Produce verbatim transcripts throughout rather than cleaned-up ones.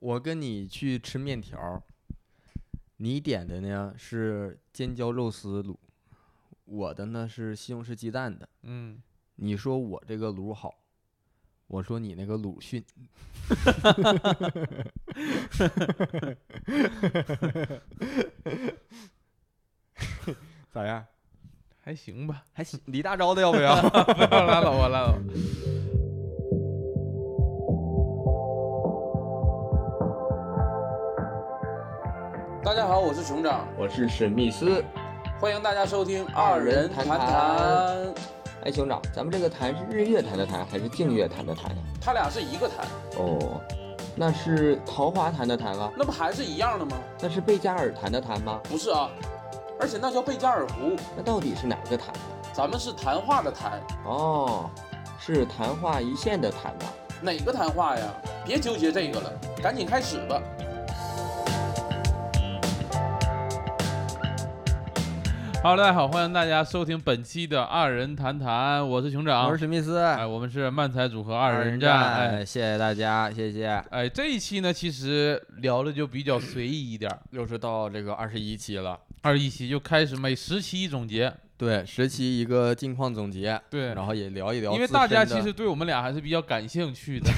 我跟你去吃面条，你点的呢是尖椒肉丝卤，我的呢是西红柿鸡蛋的。 嗯， 你说我这个卤好，我说你那个卤逊。咋样？ 还行吧， 还行，李大钊的要不要？ 不要拉倒吧，拉倒。大家好，我是熊掌， 我是史密斯， 欢迎大家收听二人谈谈谈。哎，熊掌，咱们这个谈是日月潭的谈还是净月潭的谈呀？ 他俩是一个谈。 哦，那是桃花潭的潭啊？ 那不还是一样的吗？ 那是贝加尔潭的潭吗？ 不是啊，而且那叫贝加尔湖。 那到底是哪个潭？ 咱们是谈话的谈。 哦，是昙花一现的昙啊。 哪个谈话呀？别纠结这个了，赶紧开始吧。Hello， 大家好，欢迎大家收听本期的二人谈谈，我是熊掌， 我是史密斯， 哎，我们是漫才组合二人战， 人哎， 谢谢大家，谢谢。 哎，这一期呢，其实聊的就比较随意一点， 又是到这个二十一期了， 二十一期就开始每十期总结， 对，十期一个近况总结， 对， 然后也聊一聊， 因为大家其实对我们俩还是比较感兴趣的，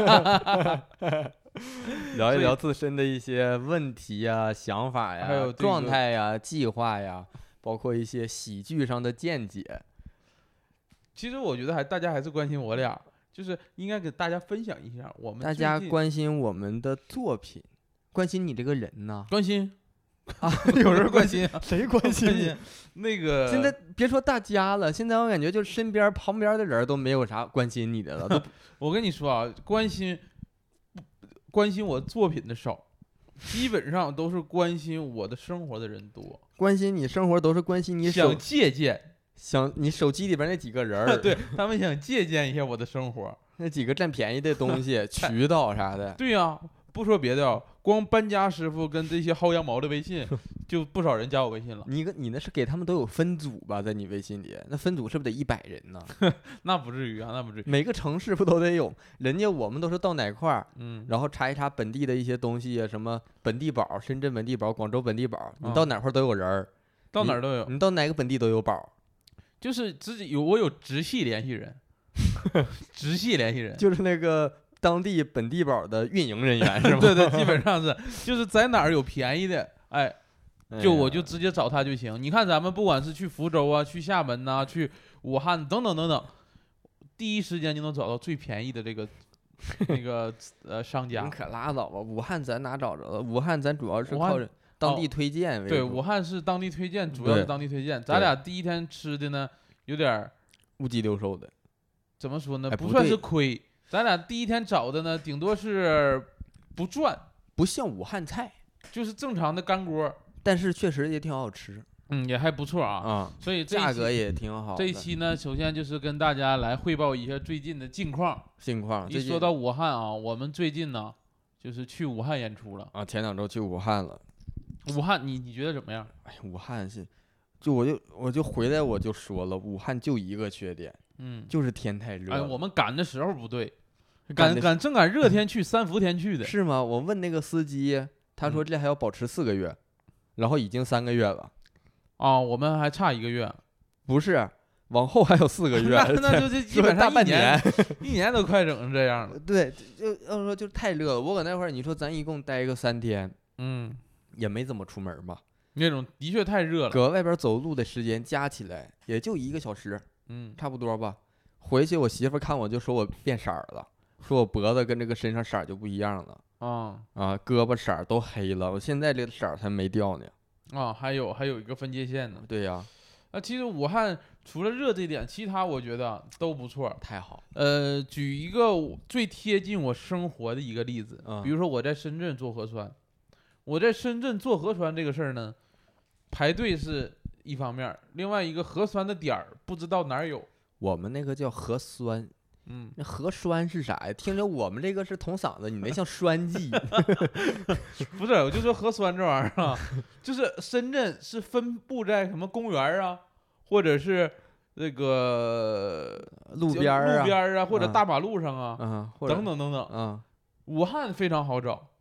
聊一聊自身的一些问题呀、想法呀、 还有、这个、 状态呀、计划呀。包括一些喜剧上的见解， 其实我觉得还大家还是关心我俩，就是应该给大家分享一下我们大家关心我们的作品，关心你这个人呢？ 关心啊， 有人关心啊？ 谁关心你？ 那个现在别说大家了，现在我感觉就身边旁边的人都没有啥关心你的了。都我跟你说啊，关心关心我作品的少。基本上都是关心我的生活的人多， 关心你生活都是关心你想借鉴， 想你手机里边那几个人对他们想借鉴一下我的生活， 那几个占便宜的东西、渠道啥的。 对呀、啊，不说别的，光搬家师傅跟这些薅羊毛的微信，就不少人加我微信了。 你个你那是给他们都有分组吧，在你微信里，那分组是不是得一百人呢？ 那不至于啊，那不至于。 每个城市不都得有？人家我们都是到哪块儿， 嗯， 然后查一查本地的一些东西啊，什么本地宝、深圳本地宝、广州本地宝，你到哪块儿都有人儿、嗯， 到哪儿都有， 你到哪个本地都有宝， 就是自己有我有直系联系人，直系联系人就是那个当地本地宝的运营人员是吗？ 对对，基本上是，就是在哪儿有便宜的，哎。就我就直接找他就行。你看咱们不管是去福州啊、去厦门呐、啊、去武汉等等等等，第一时间就能找到最便宜的这个那个呃商家。 你可拉倒吧！武汉咱哪找着了？武汉咱主要是靠当地推荐为主。 对，武汉是当地推荐，主要是当地推荐。咱俩第一天吃的呢，有点物鸡六兽的。 怎么说呢？ 哎、 不算是亏。咱俩第一天找的呢，顶多是不赚， 不像武汉菜， 就是正常的干锅。 但是确实也挺好吃， 嗯，也还不错啊， 嗯， 所以这价格也挺好。 这一期呢，首先就是跟大家来汇报一下最近的近况。 近况， 一说到武汉啊，我们最近呢，就是去武汉演出了啊，前两周去武汉了。 武汉，你你觉得怎么样？ 哎，武汉是，就我就我就回来我就说了，武汉就一个缺点， 嗯， 就是天太热。 哎，我们赶的时候不对，赶赶正赶热天去，三伏天去的。 是吗？我问那个司机，他说这还要保持四个月。嗯，然后已经三个月了， 哦，我们还差一个月， 不是，往后还有四个月， 那那就这基本上大半年， 一年都快整成这样了。 对，就要说就太热了。我搁那块儿，你说咱一共待个三天， 嗯， 也没怎么出门吧？ 那种的确太热了， 搁外边走路的时间加起来也就一个小时， 嗯， 差不多吧。回去我媳妇看我就说我变色了，说我脖子跟这个身上色就不一样了。 啊、 嗯、啊，胳膊色都黑了，我现在这色才没掉呢。 啊，还有还有一个分界线呢。 对呀、啊， 那其实武汉除了热这点，其他我觉得都不错， 太好。 呃，举一个最贴近我生活的一个例子， 嗯、 比如说我在深圳做核酸，我在深圳做核酸这个事儿呢，排队是一方面，另外一个核酸的点儿不知道哪儿有。 我们那个叫核酸。 嗯， 那核酸是啥呀？听着我们这个是捅嗓子，你那像栓剂。 不是，我就说核酸这玩意儿啊，就是深圳是分布在什么公园啊，或者是那个路边啊、 路边啊，或者大马路上啊， 嗯， 等等等等。 嗯， 武汉非常好找，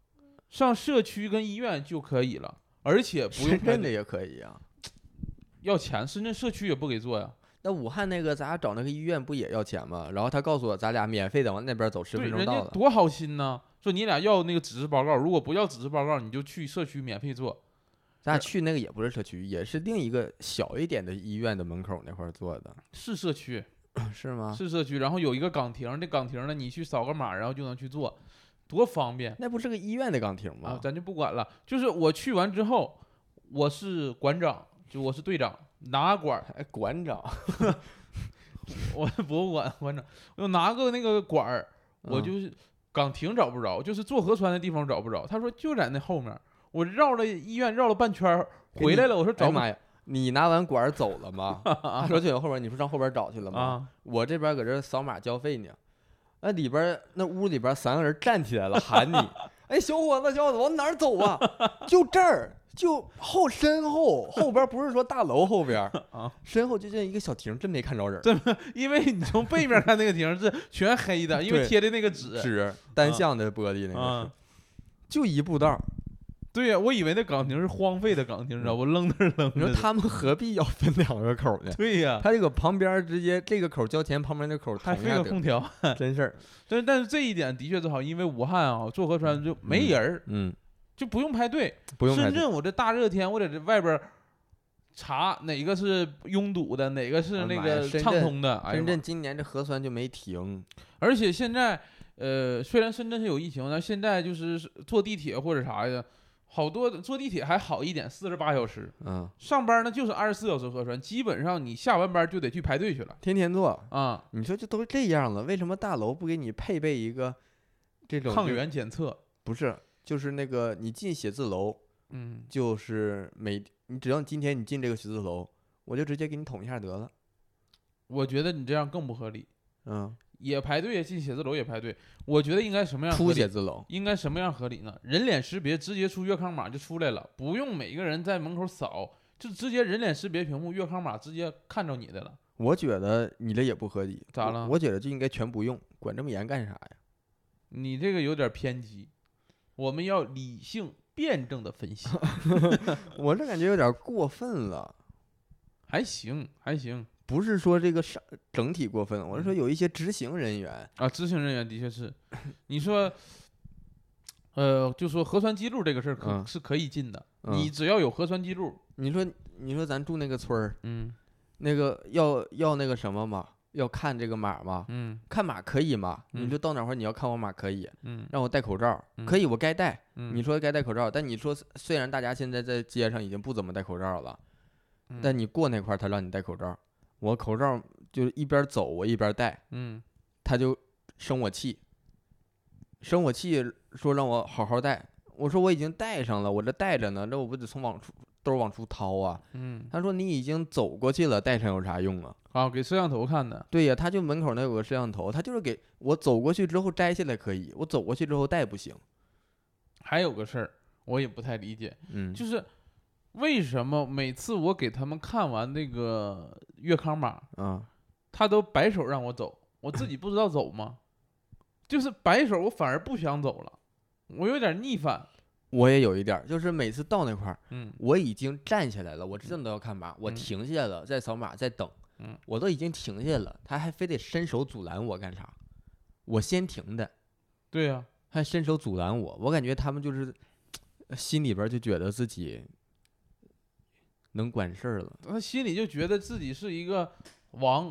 上社区跟医院就可以了，而且不用深排队， 圳的也可以啊。 要钱，深圳社区也不给做呀。 那武汉那个咱俩找那个医院不也要钱吗？然后他告诉我咱俩免费的往那边走，十对，人分钟到了。 家多好心呐，说你俩要那个纸质报告，如果不要纸质报告，你就去社区免费做。 咱俩去那个也不是社区，也是另一个小一点的医院的门口那块儿做的， 是社区， 是吗？ 是社区，然后有一个岗亭，这岗亭呢，你去扫个码，然后就能去做，多方便那不是个医院的岗亭吗？ 啊！咱就不管了，就是我去完之后，我是馆长，就我是队长，拿管儿， 哎，馆长， 我博物馆馆长，我拿个那个管儿，我嗯就是岗亭找不着，就是做核酸的地方找不着。他说就在那后面，我绕了医院绕了半圈儿回来了，我说找不哎呀妈呀，你拿完管儿走了吗？他说去后边，你说上后边找去了吗？ 啊， 我这边搁这扫码交费呢，那里边那屋里边三个人站起来了，喊你，哎，小伙子，小伙子，往哪儿走啊？就这儿，就后身后后边不是说大楼后边啊， 身后就这一个小亭，真没看着人。 真因为你从背面看那个亭是全黑的，因为对贴的那个纸。 纸单向的玻璃那个啊是，就一步道儿。 对呀、我以为那岗亭是荒废的岗亭，你知道不？扔那儿扔着的。 你说他们何必要分两个口呢？ 对呀、 他这个旁边直接这个口交钱，旁边那口还费捅一下得个空调。 真事儿。 但是但是这一点的确是好，因为武汉啊做核酸就没人儿， 嗯， 就不用排队。 不用排队。 深圳我这大热天，我在这外边儿查哪个是拥堵的，哪个是那哎呀妈呀个深圳畅通的。哎呀妈深圳今年这核酸就没停。 而且现在呃，虽然深圳是有疫情，但现在就是坐地铁或者啥的，好多坐地铁还好一点，四十八小时。 嗯， 上班呢就是二十四小时核酸，基本上你下完班就得去排队去了天天做。 啊。 你说这都这样了，为什么大楼不给你配备一个这种抗就原检测， 不是，就是那个你进写字楼， 嗯， 就是每你只要今天你进这个写字楼，我就直接给你捅一下得了。 我觉得你这样更不合理。 嗯， 也排队，进写字楼也排队，我觉得应该什么样合出理？ 写字楼。 应该什么样合理呢？人脸识别直接出粤康码就出来了，不用每个人在门口扫，就直接人脸识别屏幕粤康码直接看着你的了。 我觉得你这也不合理。我咋了我觉得就应该全不用，管这么严干啥呀？ 你这个有点偏激，我们要理性辩证的分析。 我这感觉有点过分了。 还行还行不是说这个上整体过分，我是说有一些执行人员。 啊，执行人员的确是，你说，呃，就说核酸记录这个事儿可、 嗯是可以进的， 嗯你只要有核酸记录， 你说你说咱住那个村儿， 嗯那个要要那个什么嘛，要看这个码吗？ 嗯看码可以吗？ 嗯你就到哪块儿你要看我码可以， 嗯让我戴口罩嗯可以，我该戴。 嗯， 你说该戴口罩，但你说虽然大家现在在街上已经不怎么戴口罩了， 嗯但你过那块儿他让你戴口罩，我口罩就一边走我一边戴， 嗯他就生我气，生我气说让我好好戴。我说我已经戴上了，我这戴着呢，这我不得从往出兜儿往出掏啊？ 嗯， 他说你已经走过去了，戴上有啥用啊？ 好，给摄像头看的。 对呀，他就门口那有个摄像头，他就是给我走过去之后摘下来可以，我走过去之后戴不行。 还有个事儿，我也不太理解， 嗯， 就是为什么每次我给他们看完那个粤康码， 啊， 他都摆手让我走，我自己不知道走吗？就是摆手，我反而不想走了，我有点逆反。 我也有一点儿，就是每次到那块儿， 嗯我已经站起来了，我知道都要看码，我嗯停下来了，再扫码，再等， 嗯， 我都已经停下来了，他还非得伸手阻拦我干啥？我先停的， 对呀、 还伸手阻拦我，我感觉他们就是心里边儿就觉得自己能管事儿了。 他心里就觉得自己是一个王，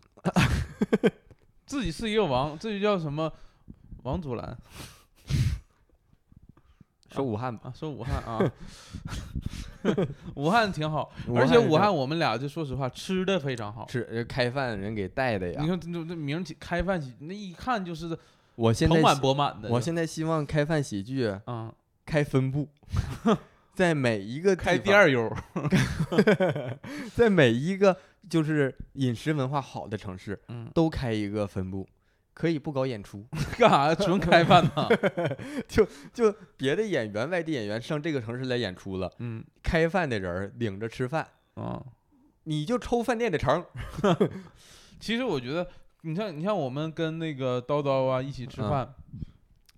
自己是一个王，这就叫什么王祖蓝说武汉吧， 啊？说武汉啊，武汉挺好， 武而且汉是武汉我们俩就说实话吃的非常好。 是呃开饭人给带的呀你。看这这名儿起开饭喜，那一看就是我现在盆满希钵满的。 我现在希望开饭喜剧啊， 开分部，在每一个地开第方， 二优， 在每一个就是饮食文化好的城市， 嗯， 都开一个分部，可以不搞演出， 干啥呀？纯开饭呐？ 就别的演员、外地演员上这个城市来演出了， 嗯开饭的人儿领着吃饭， 啊， 你就抽饭店的成。 其实我觉得，你像你像我们跟那个叨叨啊一起吃嗯饭，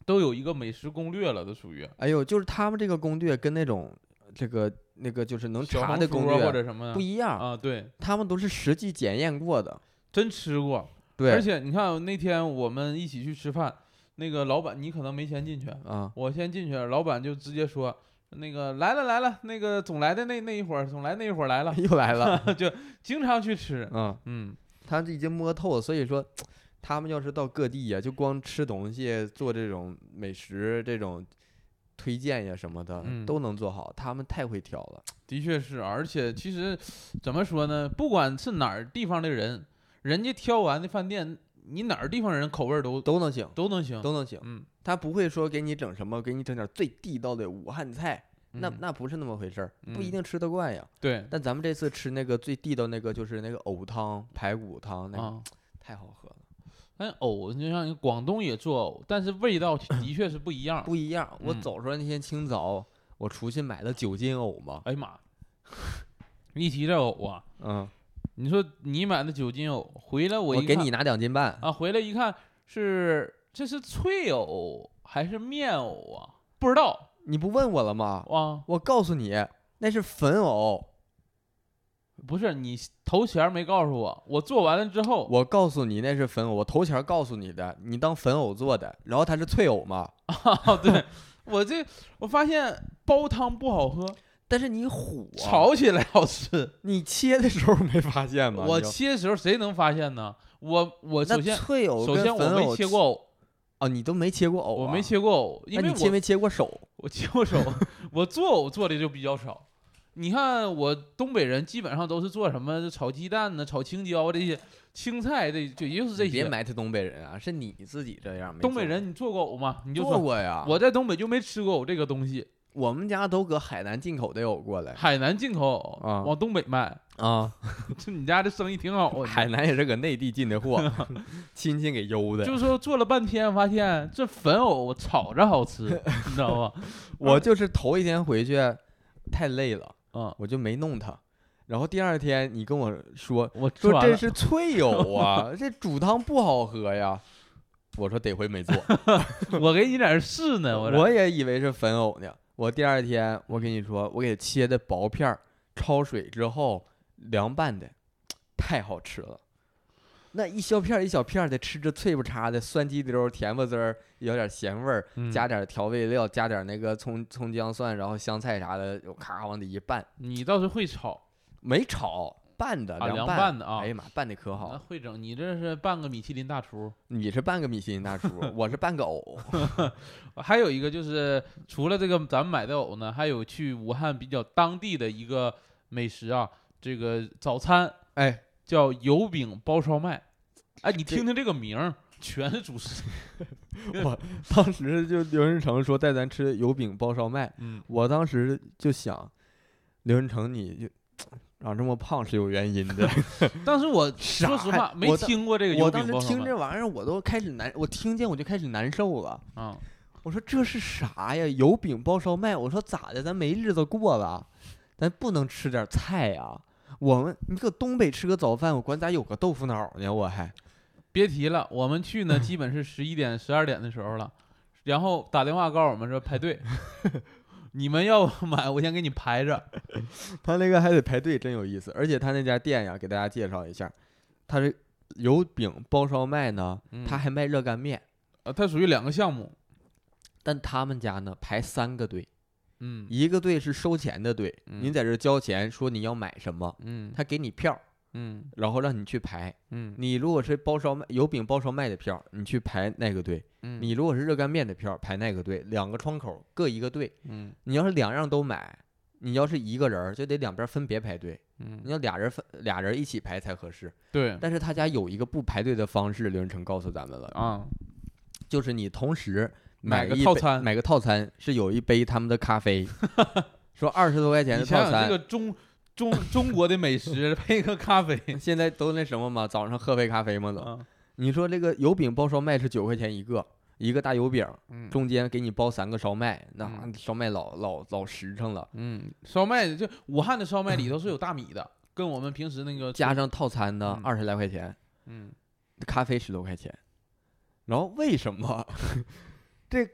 都有一个美食攻略了，都属于。 哎呦，就是他们这个攻略跟那种这个那个就是能查的攻略或者什么不一样啊，对， 他们都是实际检验过的， 真吃过。 对， 而且你看那天我们一起去吃饭，那个老板你可能没先进去啊， 我先进去，老板就直接说。那个来了来了，那个总来的那那一会儿，总来那一会儿来了， 又来了， 就经常去吃。 嗯嗯， 他已经摸透了，所以说，他们要是到各地呀，就光吃东西、做这种美食这种推荐呀什么的， 嗯、 都能做好。他们太会挑了， 的确是。而且其实怎么说呢，不管是哪儿地方的人，人家挑完的饭店，你哪儿地方人口味都都能行， 都能行， 都能行。 嗯。 他不会说给你整什么，给你整点最地道的武汉菜， 嗯、 那那不是那么回事儿， 嗯、 不一定吃得惯呀。 对。 但咱们这次吃那个最地道那个，就是那个藕汤、排骨汤，那个、 啊、 太好喝了。 但藕就像广东也做藕，但是味道的确是不一样。 不一样。我嗯、 走出来那天清早，我出去买了九斤藕嘛。 哎呀妈！一提这藕啊， 嗯， 你说你买的九斤藕回来我一看， 我给你拿两斤半啊，回来一看是这是脆藕还是面藕啊？不知道， 你不问我了吗？ 啊， 我告诉你，那是粉藕。 不是你头前没告诉我，我做完了之后， 我告诉你那是粉藕，我头前告诉你的，你当粉藕做的，然后它是脆藕嘛？ 啊，对，我这我发现煲汤不好喝， 但是你虎、啊、 炒起来好吃。 你切的时候没发现吗？ 我切的时候谁能发现呢？我我首先脆藕首先我没切过藕。 哦，你都没切过藕、啊？ 我没切过藕，因为你切没切过手？ 我切过手，我做藕做的就比较少。你看我东北人基本上都是做什么炒鸡蛋呢、炒青椒这些青菜，这就也就是这些。 别埋汰东北人啊，是你自己这样没。 东北人你做过藕吗？你就做过呀。 我在东北就没吃过藕这个东西。 我们家都搁海南进口的藕过来。 海南进口藕啊，往东北卖啊。 就你家这生意挺好啊。 海南也是搁内地进的货，亲戚给邮的。 就是说做了半天，发现这粉藕炒着好吃，你知道吧？ 我就是头一天回去太累了。 嗯， 我就没弄它，然后第二天你跟我说， 我说这是脆藕啊，这煮汤不好喝呀。我说得亏没做， 我给你点试呢。我我也以为是粉藕呢。我第二天我跟你说，我给切的薄片儿，焯水之后凉拌的，太好吃了。那一小片一小片的，吃着脆不叉的，酸鸡溜甜不滋儿，有点咸味儿， 嗯、 加点调味料，加点那个葱葱姜蒜，然后香菜啥的，咔往里一拌。 你倒是会炒， 没炒，拌的， 啊、 凉拌, 拌的啊！ 哎呀妈，拌的可好。 那会整，你这是半个米其林大厨。 你是半个米其林大厨，我是半个藕。 还有一个就是，除了这个咱们买的藕呢，还有去武汉比较当地的一个美食啊，这个早餐， 哎。 叫油饼包烧麦，哎，你听听这个名儿，全是主食。 我当时就刘仁成说带咱吃油饼包烧麦， 嗯， 我当时就想，刘仁成你就长这么胖是有原因的。 当时我说实话没听过这个油饼包烧麦， 我当时听这玩意儿我都开始难，我听见我就开始难受了。 啊、嗯， 我说这是啥呀？油饼包烧麦，我说咋的？咱没日子过了，咱不能吃点菜呀？我们你搁东北吃个早饭，我管咋有个豆腐脑呢？我还别提了，我们去呢，基本是十一点、十二点的时候了，然后打电话告诉我们说排队，你们要买，我先给你排着。 他那个还得排队，真有意思。而且他那家店呀，给大家介绍一下，他是油饼包烧麦呢，他还卖热干面， 啊，它属于两个项目， 但他们家呢排三个队。 嗯， 一个队是收钱的队， 嗯、 您在这交钱，说你要买什么， 嗯， 他给你票， 嗯， 然后让你去排， 嗯， 你如果是包烧麦油饼包烧麦的票，你去排那个队， 嗯， 你如果是热干面的票，排那个队，两个窗口各一个队， 嗯， 你要是两样都买，你要是一个人就得两边分别排队， 嗯， 你要俩人分俩人一起排才合适， 对， 但是他家有一个不排队的方式，刘仁成告诉咱们了啊， 就是你同时。 买个套餐， 买个套餐是有一杯他们的咖啡，说二十多块钱的套餐。 你想想这个中中中国的美食配个咖啡， 现在都那什么嘛，早上喝杯咖啡嘛都。 啊、 你说这个油饼包烧麦是九块钱一个，一个大油饼， 嗯、 中间给你包三个烧麦，那、 嗯、 烧麦老老老实诚了。 嗯，烧麦就武汉的烧麦里头是有大米的，跟我们平时那个加上套餐呢二十来块钱， 嗯， 咖啡十多块钱，然后为什么？这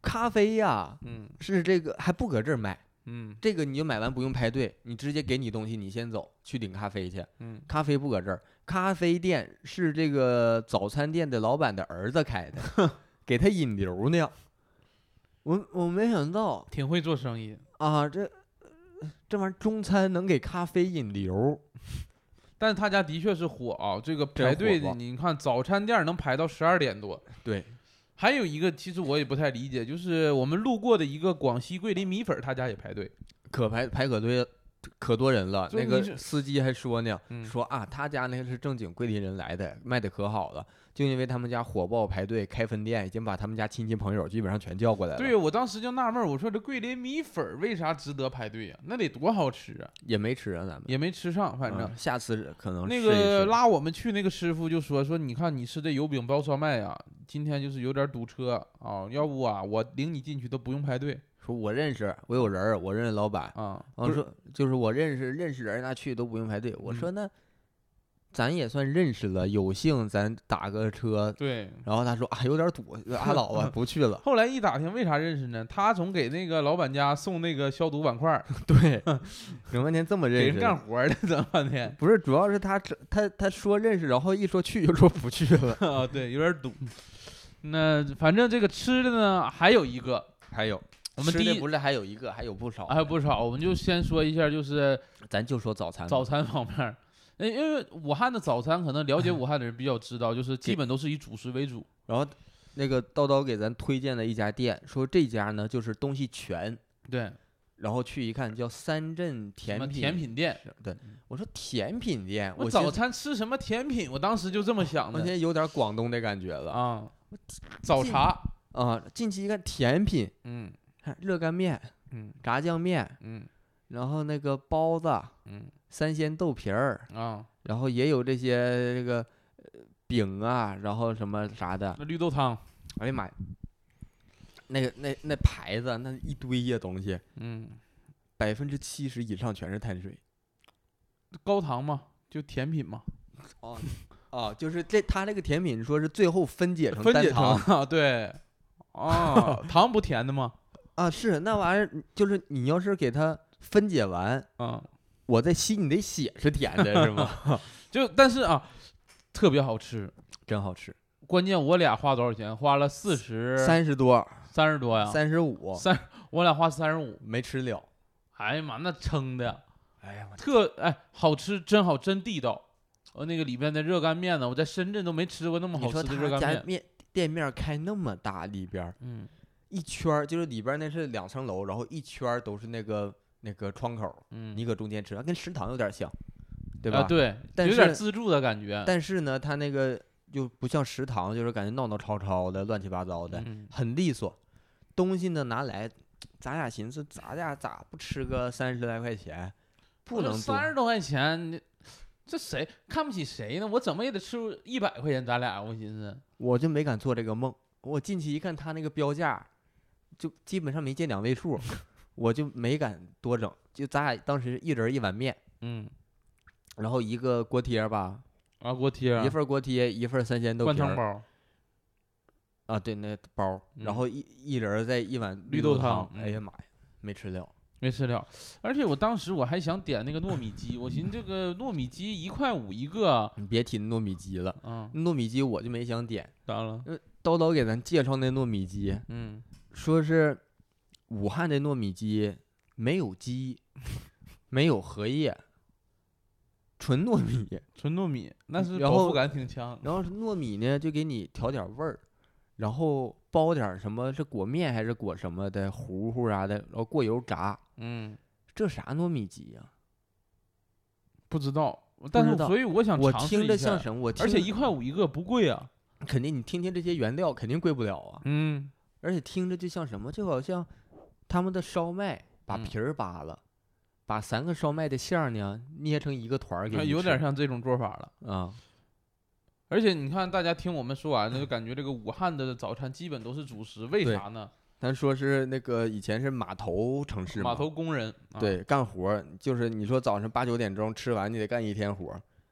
咖啡呀， 嗯是这个还不搁这儿卖， 嗯这个你就买完不用排队，你直接给你东西，你先走去领咖啡去。 嗯， 咖啡不搁这儿，咖啡店是这个早餐店的老板的儿子开的，给他引流呢。我我没想到挺会做生意。 啊，这这玩意儿中餐能给咖啡引流， 但是他家的确是火啊，这个真排队的， 火爆你看早餐店能排到十二点多。 对， 还有一个，其实我也不太理解，就是我们路过的一个广西桂林米粉，他家也排队。 可排排可队可多人了。那个就你是司机还说呢， 嗯说啊，他家那个是正经桂林人来的，卖的可好了，就因为他们家火爆排队开分店，已经把他们家亲戚朋友基本上全叫过来了。 对，我当时就纳闷儿，我说这桂林米粉儿为啥值得排队呀、那得多好吃啊！ 也没吃啊，咱们也没吃上，反正。 嗯下次可能那试一试个拉我们去那个师傅就说说，你看你吃这油饼包烧麦呀，今天就是有点堵车啊，要不啊，我领你进去都不用排队说我认识，我有人儿，我认识老板。 啊。 我说就是我认识认识人，那去都不用排队。我嗯说那咱也算认识了，有幸咱打个车。 对。 然后他说啊有点堵，拉倒吧，不去了。 后来一打听，为啥认识呢？他总给那个老板家送那个消毒碗筷儿， 对，整半天这么给人认识， 干活儿的，整半天。 不是，主要是他他他说认识，然后一说去就说不去了。 啊，对，有点堵。那反正这个吃的呢，还有一个， 还有我们第一吃的不是还有一个，还有不少， 还有不少，我们就先说一下，就是咱就说早餐吧。 早餐方面儿。因因为武汉的早餐，可能了解武汉的人比较知道，就是基本都是以主食为主。 然后那个叨叨给咱推荐了一家店，说这家呢就是东西全， 对， 然后去一看叫三镇甜什么品甜品店。 对，我说甜品店， 我早我寻思餐吃什么甜品？我当时就这么想的我现在有点广东的感觉了啊。早茶， 啊！近期一看甜品， 嗯看热干面、 嗯炸酱面， 嗯然后那个包子、 嗯三鲜豆皮儿， 啊， 然后也有这些这个呃饼啊，然后什么啥的。 那绿豆汤， 哎呀妈呀，那个那那牌子那一堆呀东西， 嗯， 百分之七十以上全是碳水。 高糖嘛，就甜品嘛， 哦哦，就是这他这个甜品说是最后分解成分解单糖成啊，对，啊，糖不甜的吗？ 啊，是那玩意儿，就是你要是给它分解完， 啊， 我在吸你的血是甜的，是吗？ 就但是啊，特别好吃。 真好吃， 关键我俩花多少钱？花了四十三十多， 三十多呀， 三十五， 三我俩花三十五。 没吃了。 哎呀妈，那撑的哎呀，我特哎好吃，真好，真地道。呃，那个里边的热干面呢，我在深圳都没吃过那么好你说吃的热干面。 他家面店面开那么大，里边儿嗯一圈儿就是里边儿那是两层楼，然后一圈儿都是那个那个窗口， 嗯， 你搁中间吃，跟食堂有点像，对吧？ 啊对， 但有点是自助的感觉。 但是呢，它那个就不像食堂，就是感觉闹闹吵吵的、乱七八糟的， 嗯很利索。东西呢拿来，咱俩寻思，咱俩咋不吃个三十来块钱？不能多三十多块钱，你这谁看不起谁呢？我怎么也得吃一百块钱，咱俩我寻思。 我就没敢做这个梦。我进去一看，他那个标价，就基本上没见两位数，我就没敢多整。就咱俩当时一人一碗面， 嗯然后一个锅贴吧， 啊，锅贴啊一份锅贴，一份三鲜豆皮儿灌汤包。 啊，对，那包， 嗯然后一一人再一碗绿豆豆汤哎呀妈呀，没吃了。 没吃了，而且我当时我还想点那个糯米鸡，我寻思这个糯米鸡一块五一个， 你别提糯米鸡了， 嗯， 糯米鸡我就没想点。 咋了？ 叨叨给咱介绍那糯米鸡， 嗯， 说是武汉的糯米鸡没有鸡，没有荷叶，纯糯米。 纯糯米，那是然后饱腹感挺强。 然后是糯米呢，就给你调点味儿，然后包点儿什么，是裹面还是裹什么的糊糊啥的，然后过油炸。 嗯， 这啥糯米鸡呀、 不知道，但是知道所以我想我尝试听着一下像什么？我听而且着一块五一个不贵啊。 肯定你听听这些原料肯定贵不了啊。 嗯， 而且听着就像什么，就好像他们的烧麦把嗯皮儿扒了，把三个烧麦的馅儿呢捏成一个团儿给你有点吃像这种做法了。 啊。 而且你看，大家听我们说完了，就感觉这个武汉的早餐基本都是主食，为对啥呢？ 咱说是那个以前是码头城市嘛， 码头工人，啊、 对，干活儿就是你说早上八九点钟吃完，你得干一天活儿，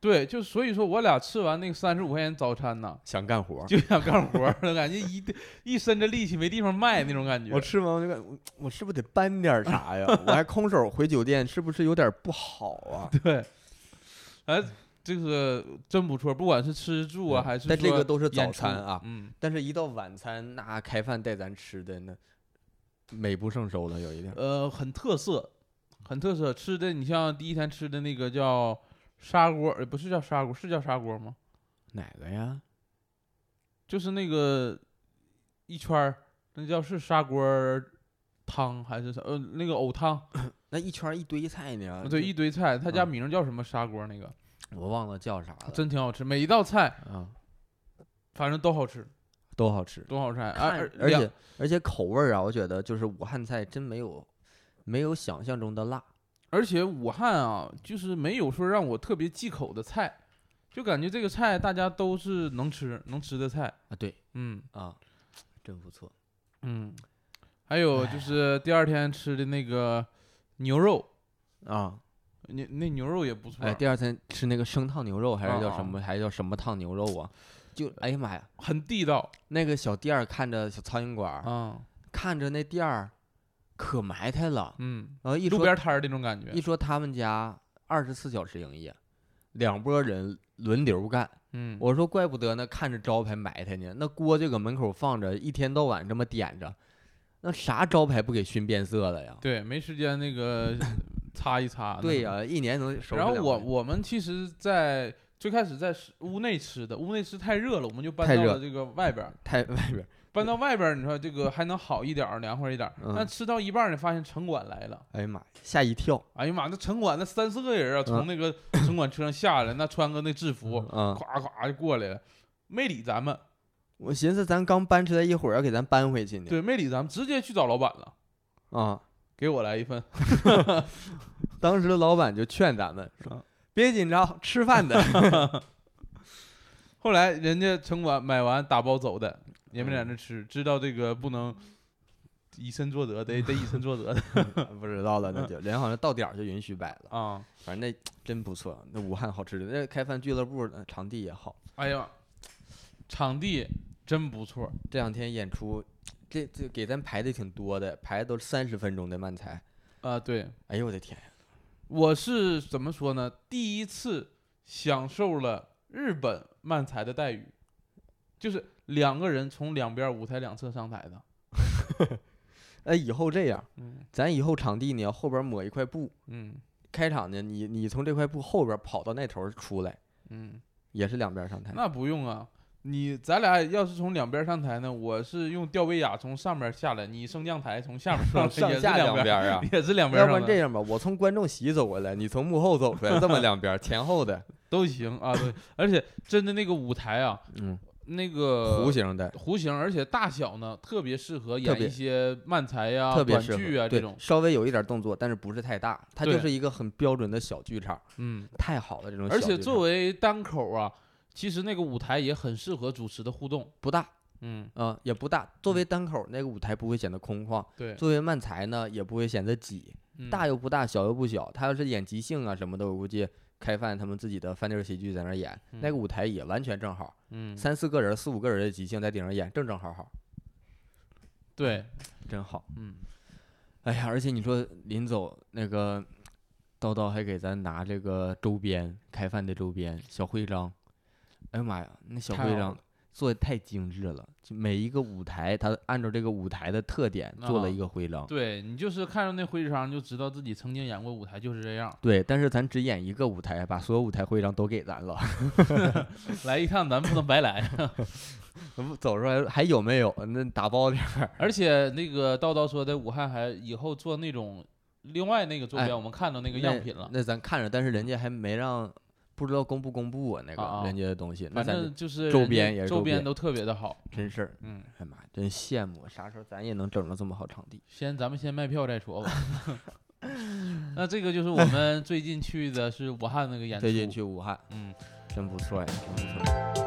对，就所以说我俩吃完那个三十五块钱早餐呢， 想干活， 就想干活儿，感觉一一身着力气没地方卖那种感觉。 我吃完我就感我我是不是得搬点啥呀？我还空手回酒店，是不是有点不好啊？ 对，哎，这个真不错，不管是吃住啊，还是但这个说都是早演出餐啊， 嗯， 但是一到晚餐，那开饭带咱吃的那美不胜收了，有一点。 呃，很特色，很特色。吃的你像第一天吃的那个叫砂锅，呃不是叫砂锅，是叫砂锅吗？ 哪个呀？ 就是那个一圈儿，那叫是砂锅汤还是啥？呃，那个藕汤， 那一圈一堆菜呢？ 对， 就一堆菜，他家嗯名叫什么砂锅那个， 我忘了叫啥了。 真挺好吃，每一道菜啊， 反正都好吃， 都好吃。 都好吃。 看而两而且而且口味儿啊，我觉得就是武汉菜真没有没有想象中的辣。 而且武汉啊，就是没有说让我特别忌口的菜，就感觉这个菜大家都是能吃能吃的菜。 啊，对嗯啊，真不错。 嗯，还有就是第二天吃的那个牛肉， 啊， 那那牛肉也不错。 哎，第二天吃那个生烫牛肉，还是叫啊什么？还叫什么烫牛肉啊？就哎呀妈呀， 很地道那个小店儿看着小苍蝇馆儿， 啊， 看着那店儿可埋汰了。 嗯， 然后一说路边摊儿那种感觉一。说他们家二十四小时营业，两拨人轮流干。 嗯， 我说怪不得呢，看着招牌埋汰呢，那锅就搁门口放着，一天到晚这么点着，那啥招牌不给熏变色了呀？ 对，没时间那个擦一擦。 对呀、一年能收拾然后两回我我们其实，在最开始在室屋内吃的，屋内吃太热了，我们就搬太热到了这个外边儿。 太外边儿搬到外边儿，你说这个还能好一点儿，凉快一点儿。 嗯但吃到一半儿，你发现城管来了。 哎呀妈呀，吓一跳。 哎呀妈，那城管那三四个人啊，从那个城管车上下来，那穿个那制服， 嗯， 咵咵就过来了，没理咱们。 我寻思咱刚搬出来一会儿，要给咱搬回去呢。 对，没理咱们，直接去找老板了， 啊， 给我来一份。 当时老板就劝咱们说啊：“ 别紧张，吃饭的。 后来人家城管买完打包走的，也没在那吃，知道这个不能以身作则，得得以身作则的” 不知道了，那就人好像到点儿就允许摆了。 啊。 反正那真不错，那武汉好吃的，那开饭俱乐部呃场地也好。 哎呀，场地真不错。 这两天演出，这这给咱排的挺多的，排的都是三十分钟的漫才。 啊，对， 哎呦我的天呀！ 我是怎么说呢？第一次享受了日本漫才的待遇，就是两个人从两边舞台两侧上台的。 哎，以后这样， 嗯咱以后场地呢后边抹一块布， 嗯开场呢你你从这块布后边跑到那头出来， 嗯， 也是两边上台。 那不用啊。你咱俩要是从两边上台呢，我是用吊威亚从上边下来，你升降台从下边上来， 上也是下两边边啊， 也是两边要不上的， 然这样吧，我从观众席走过来，你从幕后走出来，这么两边前后的， 都行啊。对，而且真的那个舞台啊， 嗯， 那个弧形的， 弧形，而且大小呢特别适合演特别一些漫才呀、 特别短适合，对剧啊这种，。 稍微有一点动作，但是不是太大，它对就是一个很标准的小剧场， 嗯， 太好了，这种小而且剧场作为单口啊，其实那个舞台也很适合主持的互动。 不大， 嗯， 啊、也不大。作为单口，那个舞台不会显得空旷； 对， 作为漫才呢，也不会显得挤。 嗯大又不大，小又不小。他要是演即兴啊什么的，我估计开饭他们自己的饭店喜剧在那儿演，那个舞台也完全正好， 嗯， 三四个人、四五个人的即兴在顶上演，正正好好， 对， 真好。 嗯， 哎呀，而且你说临走那个叨叨还给咱拿这个周边，开饭的周边小徽章。哎呀妈呀，那小徽章太好了做的太精致了，就每一个舞台，它按照这个舞台的特点做了啊一个徽章。 对你就是看着那徽章就知道自己曾经演过舞台就是这样。 对，但是咱只演一个舞台，把所有舞台徽章都给咱了。 来一趟，咱不能白来。 不走出来还有没有？那打包点儿。 而且那个叨叨说，在武汉还以后做那种另外那个周边， 哎我们看到那个样品了。 那。那咱看着，但是人家还没让，不知道公不公布啊？那啊啊个人家的东西，那反咱正就是周人家边也是周边周边都特别的好。 真是， 嗯， 哎妈，真羡慕，啥时候咱也能整着这么好场地？ 先咱们先卖票再说吧。那这个就是我们最近去的是武汉那个演出。 最近去武汉， 嗯， 真不错呀，真不错。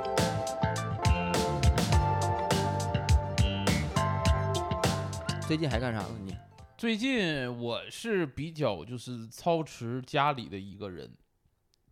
最近还干啥呢？你？ 最近我是比较就是操持家里的一个人，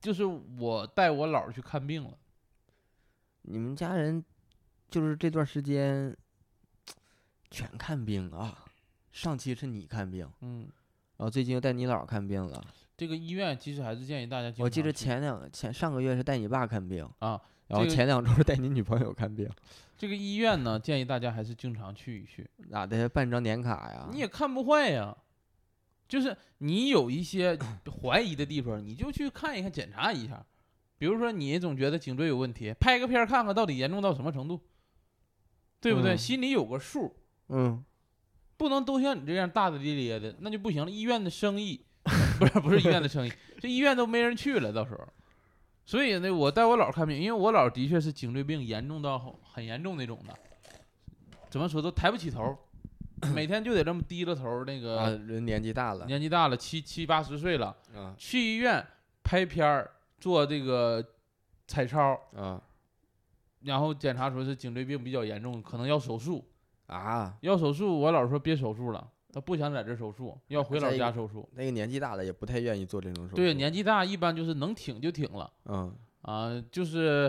就是我带我姥儿去看病了。 你们家人就是这段时间全看病啊？上期是你看病， 嗯， 然后最近又带你姥看病了。 这个医院其实还是建议大家经常去。 我记得前两前上个月是带你爸看病啊， 然后前两周是带你女朋友看病。 这个医院呢，建议大家还是经常去一去。 哪的办张年卡呀？ 你也看不坏呀。就是你有一些怀疑的地方，你就去看一看，检查一下。比如说你总觉得颈椎有问题，拍个片看看到底严重到什么程度，对不对？ 嗯、 心里有个数。 嗯， 不能都像你这样大大咧咧的，那就不行了。医院的生意不是不是医院的生意，这医院都没人去了，到时候。所以呢，我带我姥看病，因为我姥的确是颈椎病严重到很严重那种的，怎么说都抬不起头，每天就得这么低着头。那个啊，人年纪大了， 年纪大了，七七八十岁了， 啊、 去医院拍片儿，做这个彩超， 啊， 然后检查出是颈椎病比较严重，可能要手术啊。 要手术，我姥说别手术了。他不想在这手术，要回老家手术。 那个年纪大了也不太愿意做这种手术。 对，年纪大一般就是能挺就挺了。 嗯啊，就是，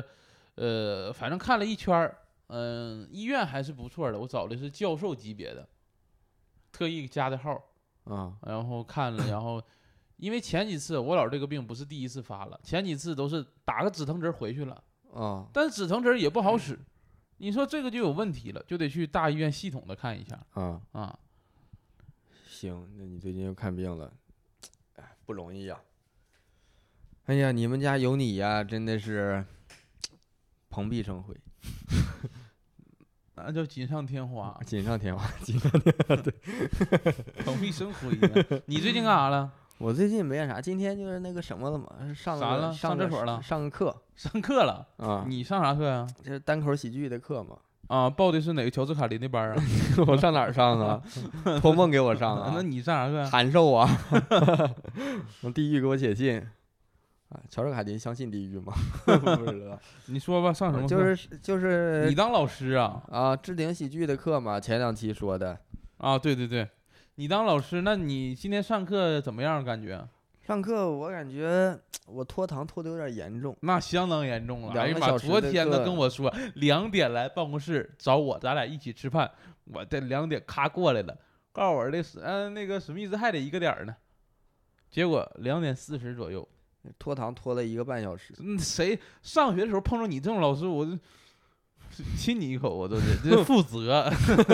呃，反正看了一圈儿，嗯、呃，医院还是不错的。我找的是教授级别的，特意加的号。 啊， 然后看了，然后因为前几次我姥这个病不是第一次发了，前几次都是打个止疼针回去了。 啊， 但是止疼针也不好使，你说这个就有问题了，就得去大医院系统的看一下。 啊啊。 行，那你最近又看病了，哎，不容易呀、啊。哎呀，你们家有你呀，真的是蓬荜生辉， 那叫锦上添花， 锦上添花，锦上添花，对， 蓬荜生辉呢。你最近干啥了？ 我最近没干啥，今天就是那个什么了嘛，上啥了？ 上厕所了？ 上个课， 上课了啊？ 你上啥课呀？ 这是单口喜剧的课嘛。 啊，报的是哪个乔治卡林的班啊？ 我上哪儿上啊？托梦给我上啊？ 那你上啥课？ 函授啊！从地狱给我写信啊！乔治卡林相信地狱吗？不知道。 你说吧，上什么课？ 就是就是你当老师啊？ 啊，置顶喜剧的课嘛，前两期说的。 啊，对对对，你当老师，那你今天上课怎么样？感觉？ 上课我感觉我拖堂拖的有点严重， 那相当严重了。哎呀妈！ 两个小时昨天他的课跟我说两点来办公室找我，咱俩一起吃饭。我这两点咔过来了，告诉我这是嗯、呃、那个史密斯还得一个点儿呢。结果两点四十左右， 拖堂拖了一个半小时。 嗯，谁上学的时候碰着你这种老师，我就亲你一口，我都是这负责。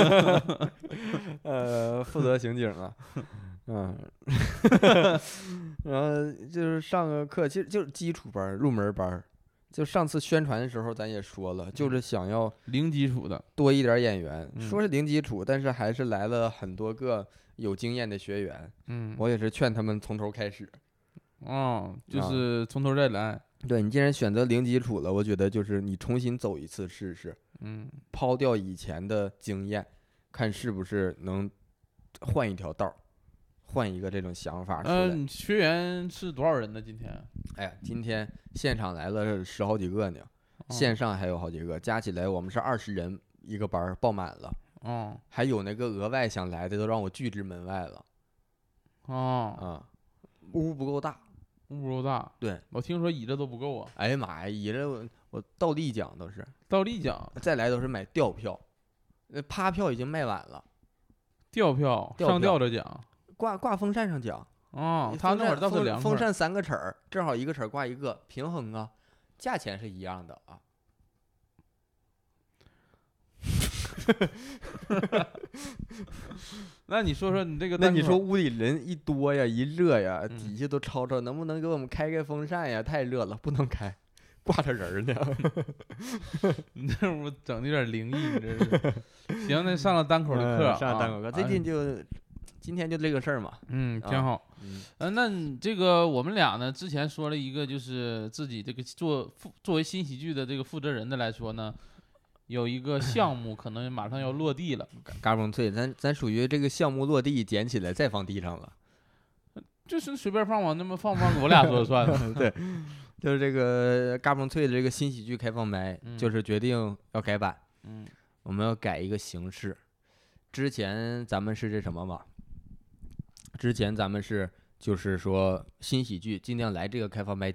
呃，负责刑警啊。嗯，然后就是上个课，其实就是基础班、入门班。就上次宣传的时候，咱也说了，就是想要零基础的多一点演员， 嗯、 说是零基础，但是还是来了很多个有经验的学员。 嗯， 我也是劝他们从头开始。 哦，就是从头再来。啊、 对，你既然选择零基础了，我觉得就是你重新走一次试试， 嗯， 抛掉以前的经验，看是不是能换一条道儿。换一个这种想法出来。 嗯、呃，学员是多少人呢？今天？ 哎呀，今天现场来了十好几个呢， 哦、 线上还有好几个，加起来我们是二十人一个班，爆满了。 哦， 还有那个额外想来的都让我拒之门外了。 哦， 啊、嗯，屋不够大， 屋不够大。 对， 我听说椅子都不够啊。 哎呀妈呀，椅子我我倒立讲都是倒立讲， 再来都是买吊票，那趴票已经卖完了。 吊票， 吊上吊着讲。 挂挂风扇上讲， 哦，他那会儿倒是凉快。 风扇三个齿儿，正好一个齿儿挂一个，平衡啊，价钱是一样的啊。 那你说说你这个， 那你说屋里人一多呀，一热呀， 嗯、 底下都吵吵，能不能给我们开开风扇呀？太热了，不能开，挂着人呢。 你这屋整的有点灵异，你这是。行，那上了单口的课， 嗯、上了单口课，啊、最近就。哎今天就这个事儿嘛， 嗯，挺好。 嗯， 呃，那你这个我们俩呢，之前说了一个，就是自己这个做负作为新喜剧的这个负责人的来说呢，有一个项目可能马上要落地了。 嘎嘣脆，咱咱属于这个项目落地捡起来再放地上了， 就是随便放吧，那么放不放我俩说了算了。 对，就是这个嘎嘣脆的这个新喜剧开放麦， 嗯、就是决定要改版， 嗯， 我们要改一个形式。之前咱们是这什么嘛？之前咱们是就是说新喜剧尽量来这个开放麦讲，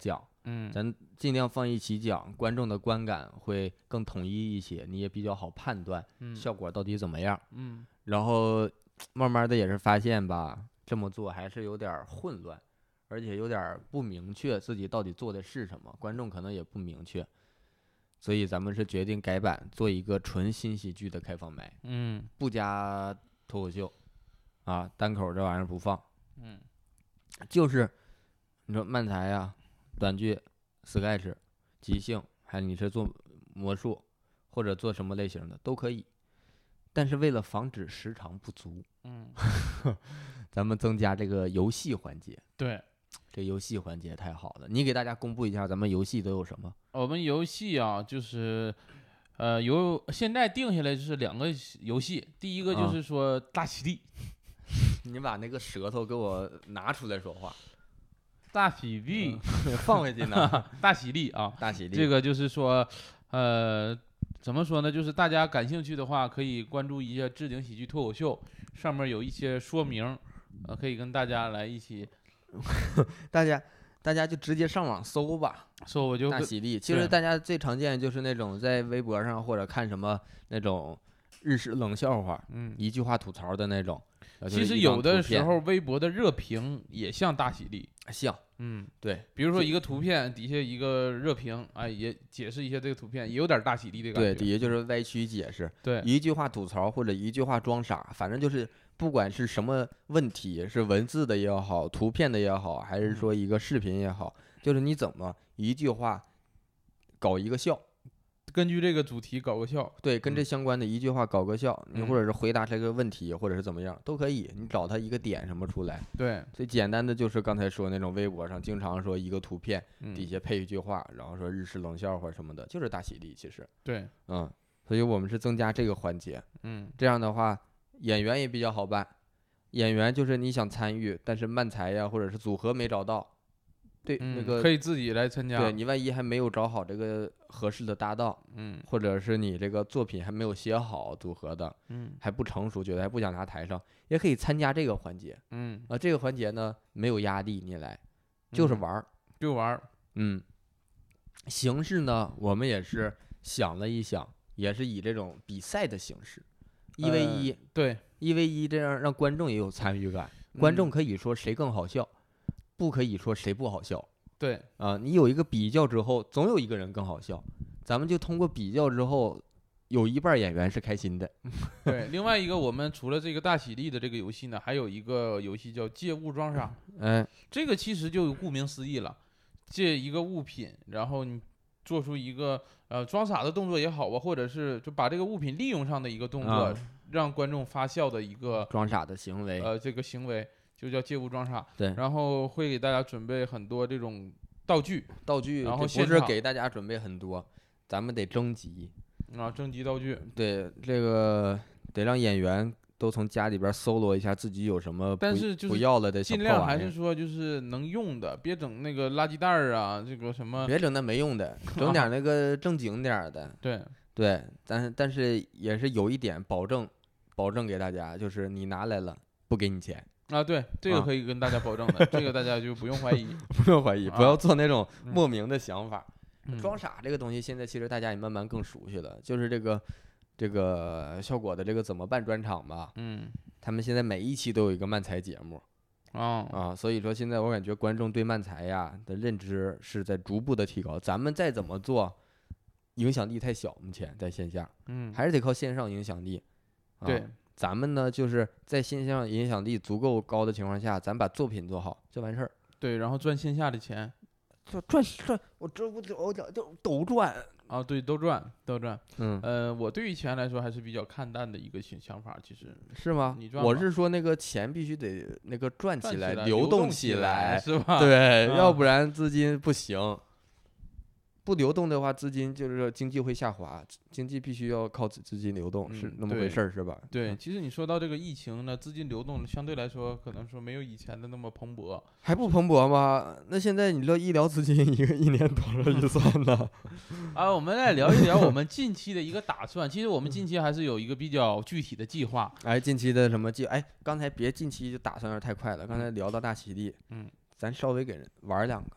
嗯， 咱尽量放一起讲，观众的观感会更统一一些，你也比较好判断嗯效果到底怎么样。 嗯然后慢慢的也是发现吧，这么做还是有点儿混乱，而且有点儿不明确自己到底做的是什么，观众可能也不明确，所以咱们是决定改版，做一个纯新喜剧的开放麦， 嗯不加脱口秀，啊，单口这玩意儿不放， 嗯就是你说漫才呀、短剧、sketch、即兴，还你是做魔术或者做什么类型的都可以，但是为了防止时长不足， 嗯， 咱们增加这个游戏环节。 对。 这游戏环节太好了，你给大家公布一下咱们游戏都有什么？ 我们游戏啊，就是，呃，有现在定下来就是两个游戏，第一个就是说大喜力， 你把那个舌头给我拿出来说话， 大喜力， 放回去呢。 大喜力啊， 大喜力， 这个就是说，呃，怎么说呢？就是大家感兴趣的话，可以关注一下置顶喜剧脱口秀，上面有一些说明，呃，可以跟大家来一起大家大家就直接上网搜吧。 说，我就跟大喜力，其实对大家最常见就是那种在微博上或者看什么那种日式冷笑话， 嗯， 一句话吐槽的那种。呃就是其实一张有的图片时候微博的热评也像大喜力， 像， 嗯。 对， 比如说一个图片底下一个热评，哎，也解释一下这个图片，也有点大喜力的感觉。 对，底下就是歪曲解释， 对一句话吐槽或者一句话装傻，反正就是不管是什么问题，是文字的也好，图片的也好，还是说一个视频也好，就是你怎么一句话搞一个笑。 根据这个主题搞个笑。 对，跟这嗯相关的一句话搞个笑，你嗯或者是回答这个问题，或者是怎么样都可以，你找他一个点什么出来。 对， 最简单的就是刚才说那种微博上经常说一个图片嗯底下配一句话，然后说日式冷笑话什么的，就是大喜力。其实， 对， 嗯，所以我们是增加这个环节， 嗯这样的话演员也比较好办。演员就是你想参与，但是漫才呀或者是组合没找到，对，那嗯， 个可以自己来参加。 对你万一还没有找好这个合适的搭档， 嗯或者是你这个作品还没有写好组合的， 嗯还不成熟，觉得还不想拿台上，也可以参加这个环节嗯， 啊。这个环节呢没有压力，你来就是嗯玩儿， 就玩儿。 嗯。形式呢，我们也是想了一想，也是以这种比赛的形式，一 v 一、 呃对， 一 v 一，这样让观众也有参与感。观众嗯可以说谁更好笑，不可以说谁不好笑对， 啊。你有一个比较之后，总有一个人更好笑，咱们就通过比较之后，有一半演员是开心的。 对。另外一个，我们除了这个大喜力的这个游戏呢，还有一个游戏叫借物装傻。 哎， 这个其实就顾名思义了，借一个物品，然后你做出一个呃装傻的动作也好啊，或者是就把这个物品利用上的一个动作， 啊让观众发笑的一个装傻的行为， 呃这个行为，就叫借物装傻。 对然后会给大家准备很多这种道具道具， 然后这不是现场给大家准备很多，咱们得征集。 啊，征集道具。 对，这个得让演员都从家里边搜罗一下自己有什么不但是就是不要了的小尽量破玩意儿， 还是说就是能用的，别整那个垃圾袋儿啊，这个什么。 别整那没用的，整点那个正经点儿的。 对， 对，但是但是也是有一点保证，保证给大家，就是你拿来了不给你钱， 啊，对，这个啊可以跟大家保证的，这个大家就不用怀疑。 不用怀疑，不要啊做那种嗯莫名的想法。 嗯装傻这个东西，现在其实大家也慢慢更熟悉了，就是这个这个效果的这个怎么办专场吧， 嗯他们现在每一期都有一个漫才节目啊啊，所以说现在我感觉观众对漫才呀的认知是在逐步的提高，咱们再怎么做，影响力太小，目前在线下嗯， 还是得靠线上影响力。啊、 对， 咱们呢就是在线上影响力足够高的情况下，咱把作品做好就完事儿。 对，然后赚线下的钱就赚赚，我这不我这就都赚。 啊，对，都赚都赚。 嗯， 呃，我对于钱来说还是比较看淡的一个想想法，其实是吗你？赚我吧是说那个钱必须得那个赚起来， 赚起来流动起来，是吧？ 对， 啊要不然资金不行。不流动的话，资金就是说经济会下滑，经济必须要靠资资金流动，是嗯那么回对事儿，是吧？ 对， 嗯， 其实你说到这个疫情呢，资金流动相对来说可能说没有以前的那么蓬勃。 还不蓬勃吗？那现在你知道医疗资金一个一年多少预算呢？ 啊，我们来聊一聊我们近期的一个打算。其实我们近期还是有一个比较具体的计划。 哎，近期的什么计？哎，刚才别近期就打算有点太快了。刚才聊到大喜力， 嗯， 咱稍微给人玩两个，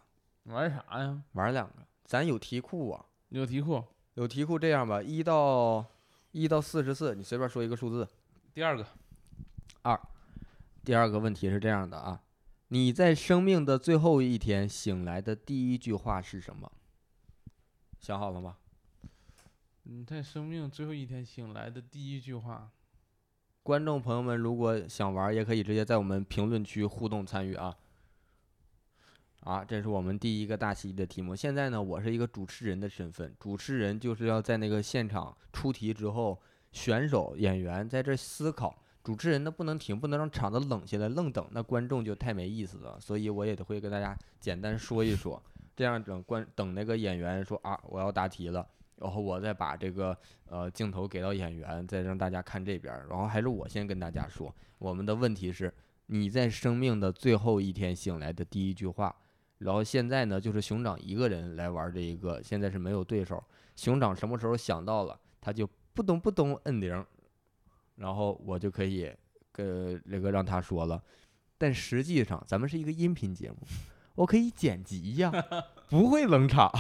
玩啥呀？ 玩两个，咱有题库啊， 有题库。 有题库，这样吧，一到一到四十四，你随便说一个数字。 第二个， 二。第二个问题是这样的啊，你在生命的最后一天醒来的第一句话是什么？想好了吗？ 你在生命最后一天醒来的第一句话。 观众朋友们，如果想玩，也可以直接在我们评论区互动参与啊。啊，这是我们第一个大喜的题目。现在呢，我是一个主持人的身份，主持人就是要在那个现场出题之后，选手演员在这思考，主持人呢不能停，不能让场子冷下来，愣等，那观众就太没意思了。所以我也会跟大家简单说一说，这样等观等那个演员说啊，我要答题了。然后我再把这个呃镜头给到演员，再让大家看这边。然后还是我先跟大家说，我们的问题是你在生命的最后一天醒来的第一句话。然后现在呢，就是熊掌一个人来玩这一个，现在是没有对手。熊掌什么时候想到了，他就不懂不懂摁铃，然后我就可以跟那个让他说了。但实际上咱们是一个音频节目，我可以剪辑呀，不会冷场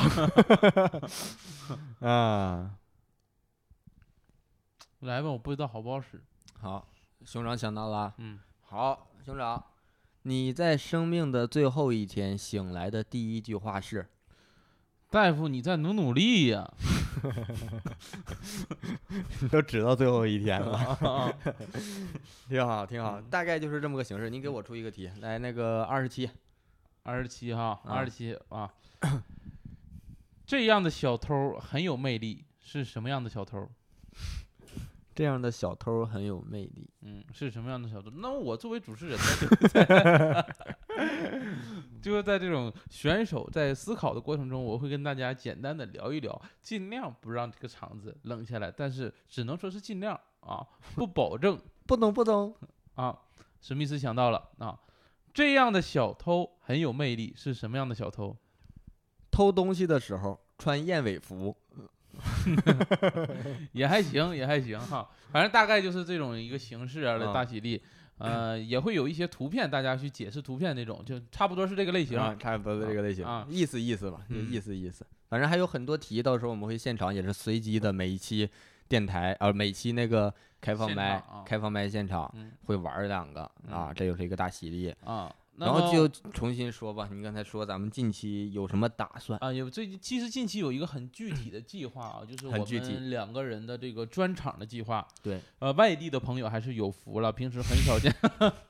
啊。 来吧，我不知道好不好使。 好，熊掌想到了。 嗯， 好，熊掌，你在生命的最后一天醒来的第一句话是？ 大夫，你再努努力呀！ 你都指到最后一天了，挺好，挺好，大概就是这么个形式。你给我出一个题，来，那个二十七， 二十七哈，二十七啊。这样的小偷很有魅力，是什么样的小偷？ 这样的小偷很有魅力。 嗯，是什么样的小偷？那么我作为主持人呢，就是在这种选手在思考的过程中，我会跟大家简单的聊一聊，尽量不让这个场子冷下来，但是只能说是尽量啊，不保证。 不懂不懂啊，史密斯想到了啊，这样的小偷很有魅力，是什么样的小偷？ 偷东西的时候穿燕尾服。 也还行，也还行哈，反正大概就是这种一个形式啊的大喜力，嗯、呃，也会有一些图片，大家去解释图片那种，就差不多是这个类型， 啊、差不多是这个类型， 啊， 意思意思吧，就嗯、 意思意思。反正还有很多题，到时候我们会现场也是随机的，每一期电台啊、呃，每期那个开放麦， 啊、 开放麦现场、 嗯、 会玩两个啊，这又是一个大喜力啊。 然后就重新说吧，你刚才说咱们近期有什么打算啊？有最近其实近期有一个很具体的计划啊，就是我们两个人的这个专场的计划。 对， 呃，外地的朋友还是有福了，平时很少见。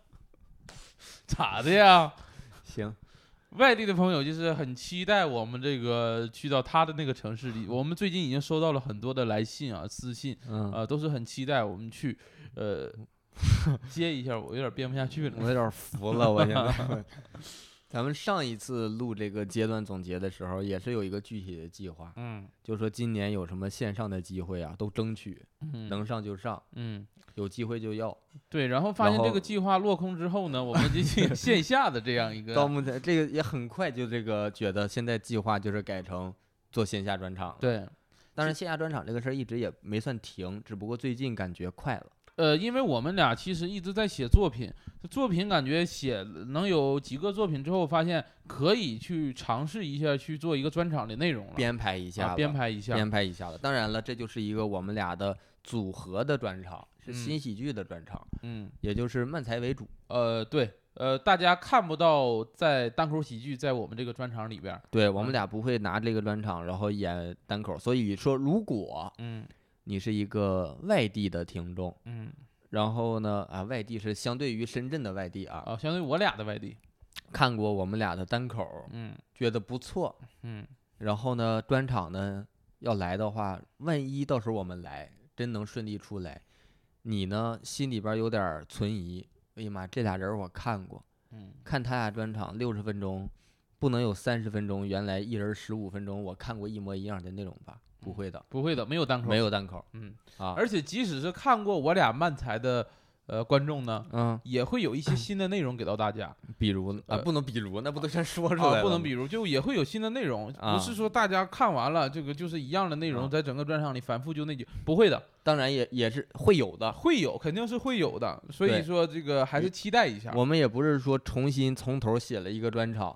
咋的呀？ 行， 外地的朋友就是很期待我们这个去到他的那个城市里。我们最近已经收到了很多的来信啊、私信， 嗯， 呃，都是很期待我们去，呃。接一下，我有点编不下去了， 我有点服了，我现在。咱们上一次录这个阶段总结的时候，也是有一个具体的计划， 嗯， 就说今年有什么线上的机会啊，都争取， 嗯、 能上就上， 嗯， 有机会就要。 对，然后发现这个计划落空之后呢，我们就进线下的这样一个。 到目前这个也很快就这个觉得现在计划就是改成做线下专场了。 对， 当然线下专场这个事儿一直也没算停，只不过最近感觉快了。 呃，因为我们俩其实一直在写作品，作品感觉写能有几个作品之后，发现可以去尝试一下去做一个专场的内容了， 编排一下、 啊，编排一下， 编排一下了。当然了，这就是一个我们俩的组合的专场，是新喜剧的专场， 嗯， 也就是漫才为主。 呃，对，呃，大家看不到在单口喜剧在我们这个专场里边， 对我们俩不会拿这个专场然后演单口，所以说如果嗯。 你是一个外地的听众， 嗯， 然后呢，啊，外地是相对于深圳的外地啊， 啊，相对于我俩的外地， 看过我们俩的单口， 嗯， 觉得不错， 嗯， 然后呢，专场呢要来的话，万一到时候我们来真能顺利出来，你呢心里边有点存疑，哎呀妈，这俩人我看过， 嗯， 看他俩专场六十分钟，不能有三十分钟，原来一人十五分钟，我看过一模一样的内容吧？不会的， 不会的，没有单口， 没有单口， 嗯啊， 而且即使是看过我俩漫才的呃观众呢， 嗯， 也会有一些新的内容给到大家， 比如啊， 呃、 不能比如，那不都先说出来了、 啊？不能比如，就也会有新的内容， 啊、 不是说大家看完了这个就是一样的内容， 啊、 在整个专场里反复就那句，不会的， 当然也也是会有的， 会有，肯定是会有的，所以说这个还是期待一下。 我们也不是说重新从头写了一个专场。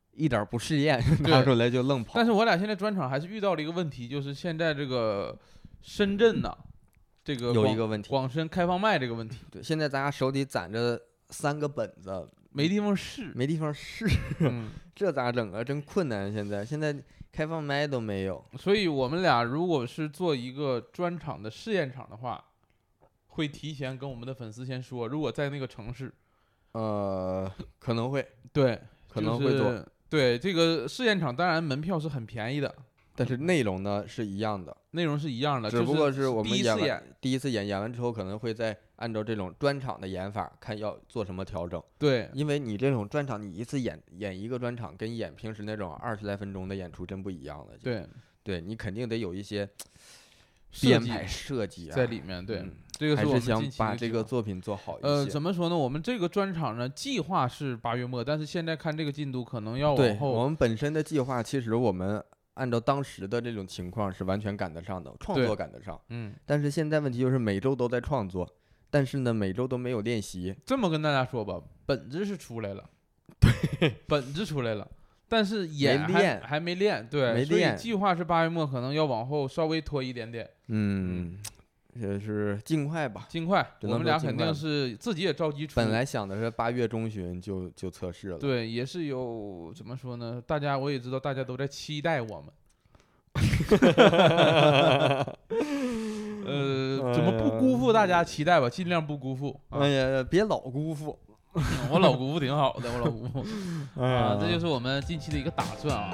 一点不试验拿出来就愣跑。 但是我俩现在专场还是遇到了一个问题，就是现在这个深圳呐，这个有一个问题， 广深开放麦这个问题。 对，现在咱家手里攒着三个本子， 没地方试， 没地方试， 嗯、 这咋整啊？真困难。现在现在开放麦都没有， 所以我们俩如果是做一个专场的试验场的话，会提前跟我们的粉丝先说，如果在那个城市， 呃，可能会， 对， 可能会做。 就是、对，这个试验场当然门票是很便宜的， 但是内容呢是一样的， 内容是一样的， 只不过是我们第一次演， 第一次演演完之后，可能会再按照这种专场的演法，看要做什么调整。 对， 因为你这种专场，你一次演演一个专场，跟演平时那种二十来分钟的演出真不一样了。 对， 对你肯定得有一些编排设计在里面。对， 嗯、 这个是我们想把这个作品做好一些。 呃，怎么说呢？我们这个专场呢，计划是八月末，但是现在看这个进度，可能要往后。 我们本身的计划，其实我们按照当时的这种情况是完全赶得上的，创作赶得上。 嗯。 但是现在问题就是每周都在创作，但是呢，每周都没有练习。 这么跟大家说吧，本子是出来了， 对， 本子出来了。但是演还没练还没练，对， 没练， 所以计划是八月末，可能要往后稍微拖一点点。 嗯，也是尽快吧， 尽快。我们俩肯定是自己也着急出。 本来想的是八月中旬就就测试了。 对，也是有怎么说呢？大家我也知道，大家都在期待我们。呃，怎么不辜负大家期待吧？尽量不辜负。 啊、哎呀，别老辜负。 我老姑父挺好的，我老姑父啊，这就是我们近期的一个打算啊。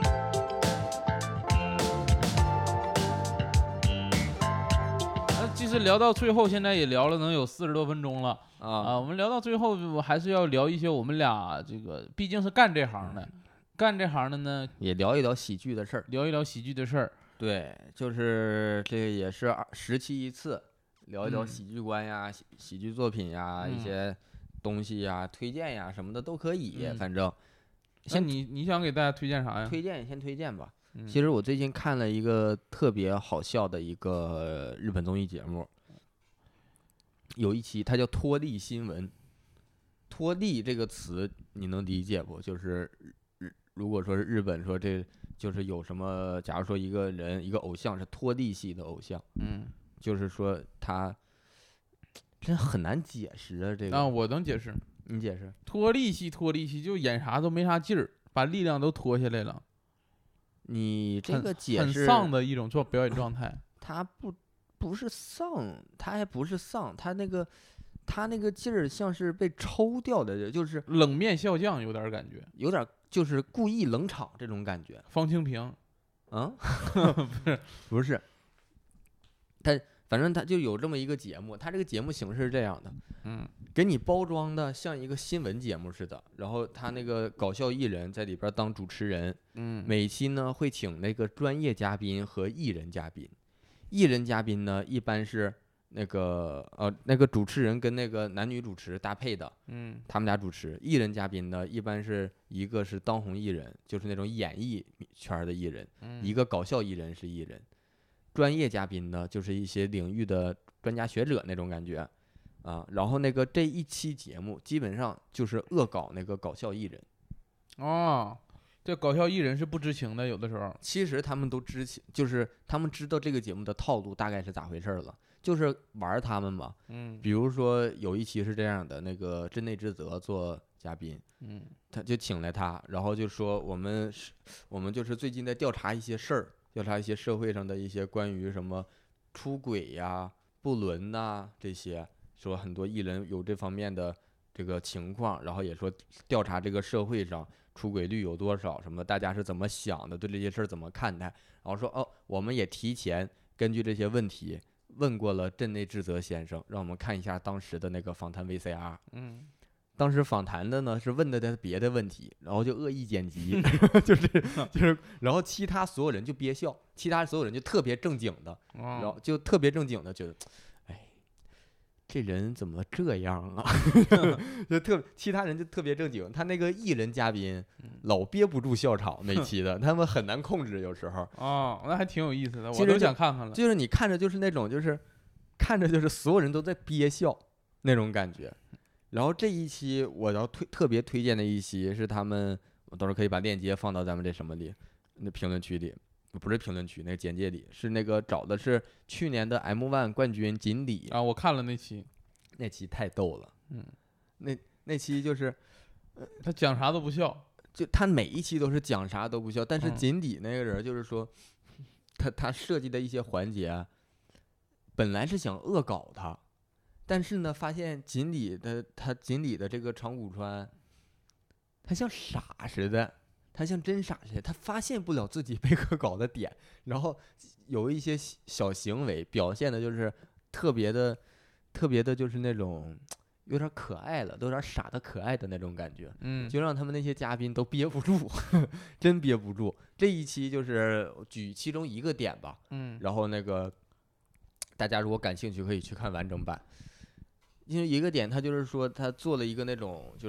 那其实聊到最后，现在也聊了能有四十多分钟了啊啊！我们聊到最后，我还是要聊一些我们俩这个毕竟是干这行的，干这行的呢， 也聊一聊喜剧的事儿， 聊一聊喜剧的事儿。 对，就是这个也是十期一次，聊一聊喜剧观呀、嗯、喜喜剧作品呀、 嗯、 一些。东西呀、推荐呀什么的都可以， 嗯、 反正。 先你你想给大家推荐啥呀？ 推荐先推荐吧。 嗯、 其实我最近看了一个特别好笑的一个日本综艺节目，有一期它叫脱力新闻。脱力这个词你能理解不？就是如果说是日本说这就是有什么，假如说一个人一个偶像是脱力系的偶像， 嗯， 就是说他。真很难解释啊，这个啊，我能解释， 你解释。 脱力系，脱力系，就演啥都没啥劲儿，把力量都脱下来了。 你这个解释很丧的一种做表演状态。 他不不是丧，他还不是丧，他那个他那个劲儿像是被抽掉的，就是冷面笑匠，有点感觉， 有点就是故意冷场这种感觉。 方清平， 嗯，不是不是，他。反正他就有这么一个节目，他这个节目形式是这样的， 嗯， 给你包装的像一个新闻节目似的，然后他那个搞笑艺人在里边当主持人， 嗯， 每期呢会请那个专业嘉宾和艺人嘉宾，艺人嘉宾呢一般是那个呃那个主持人跟那个男女主持搭配的， 嗯， 他们俩主持，艺人嘉宾呢一般是一个是当红艺人，就是那种演艺圈的艺人， 嗯， 一个搞笑艺人是艺人。专业嘉宾呢，就是一些领域的专家学者那种感觉，啊，然后那个这一期节目基本上就是恶搞那个搞笑艺人， 哦，这搞笑艺人是不知情的，有的时候其实他们都知情，就是他们知道这个节目的套路大概是咋回事了，就是玩他们嘛， 嗯， 比如说有一期是这样的，那个真内之泽做嘉宾， 嗯， 他就请来他，然后就说我们是，我们就是最近在调查一些事儿。调查一些社会上的一些关于什么出轨呀、不伦呐这些，说很多艺人有这方面的这个情况，然后也说调查这个社会上出轨率有多少，什么大家是怎么想的，对这些事儿怎么看待，然后说哦，我们也提前根据这些问题问过了镇内智则先生，让我们看一下当时的那个访谈 V C R， 嗯。 当时访谈的呢是问的他别的问题，然后就恶意剪辑，就是就是，然后其他所有人就憋笑，其他所有人就特别正经的，然后就特别正经的觉得，哎，这人怎么这样啊？就特其他人就特别正经，他那个艺人嘉宾老憋不住笑场，每期的他们很难控制，有时候。 哦，那还挺有意思的，我都想看看了。 就是你看着就是那种就是看着就是所有人都在憋笑那种感觉。然后这一期我要推特别推荐的一期是他们我到时候可以把链接放到咱们这什么里，那评论区里，不是评论区，那个简介里，是那个找的是去年的 M 一 冠军锦鲤啊，我看了那期， 那期太逗了， 嗯， 那那期就是， 他讲啥都不笑， 就他每一期都是讲啥都不笑，但是嗯锦鲤那个人就是说，他他设计的一些环节啊，本来是想恶搞他，但是呢，发现锦鲤的他锦鲤的这个长谷川，他像傻似的，他像真傻似的，他发现不了自己被恶搞的点，然后有一些小行为表现的就是特别的，特别的，就是那种有点可爱了，都有点傻的可爱的那种感觉， 嗯， 就让他们那些嘉宾都憋不住，真憋不住。这一期就是举其中一个点吧， 嗯， 然后那个大家如果感兴趣可以去看完整版，因为一个点他就是说他做了一个那种就是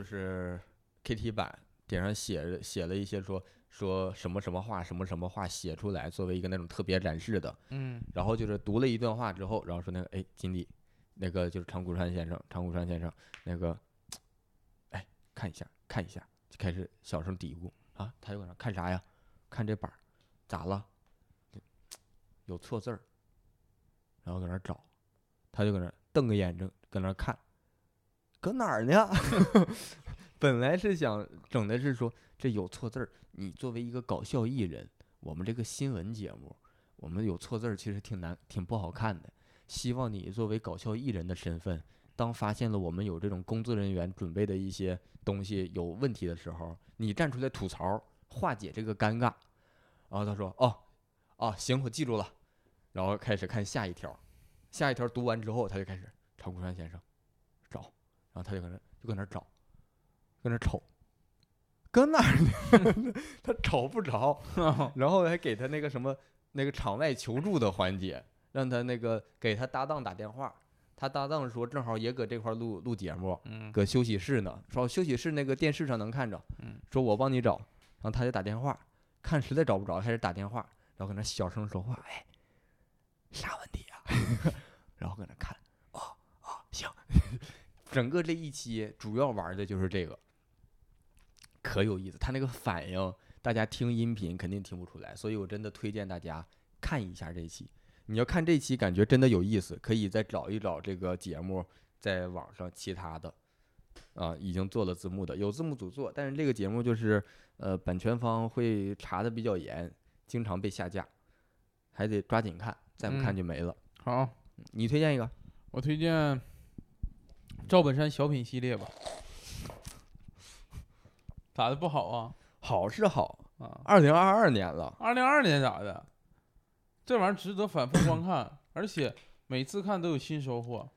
K T 版，点上写写了一些说说什么什么话什么什么话写出来，作为一个那种特别展示的， 嗯， 然后就是读了一段话之后，然后说那个哎锦鲤。那个就是长谷川先生，长谷川先生，那个，哎，看一下，看一下，就开始小声嘀咕啊，他就搁那看啥呀？看这板儿，咋了？有错字儿，然后搁那找，他就搁那瞪个眼睛，搁那看，搁哪儿呢？本来是想整的是说这有错字儿，你作为一个搞笑艺人，我们这个新闻节目，我们有错字儿其实挺难，挺不好看的。希望你作为搞笑艺人的身份，当发现了我们有这种工作人员准备的一些东西有问题的时候，你站出来吐槽，化解这个尴尬。然后他说：“哦，哦，行，我记住了。”然后开始看下一条，下一条读完之后，他就开始长谷川先生找，然后他就搁那就搁那找，搁那瞅，搁哪儿呢？他找不着，然后还给他那个什么那个场外求助的环节。让他那个给他搭档打电话，他搭档说正好也搁这块录录节目， 嗯， 搁休息室呢，说休息室那个电视上能看着， 嗯， 说我帮你找，然后他就打电话，看实在找不着，开始打电话，然后搁那小声说话，哎，啥问题呀？然后搁那看，哦哦行，整个这一期主要玩的就是这个，可有意思，他那个反应，大家听音频肯定听不出来，所以我真的推荐大家看一下这一期。你要看这期感觉真的有意思，可以再找一找这个节目在网上其他的啊，已经做了字幕的，有字幕组做，但是这个节目就是呃版权方会查的比较严，经常被下架，还得抓紧看，再不看就没了。 嗯、好， 你推荐一个， 我推荐赵本山小品系列吧。咋的不好啊？ 好是好啊， 二零二二年了， 二零二二年咋的？这玩意儿值得反复观看，而且每次看都有新收获。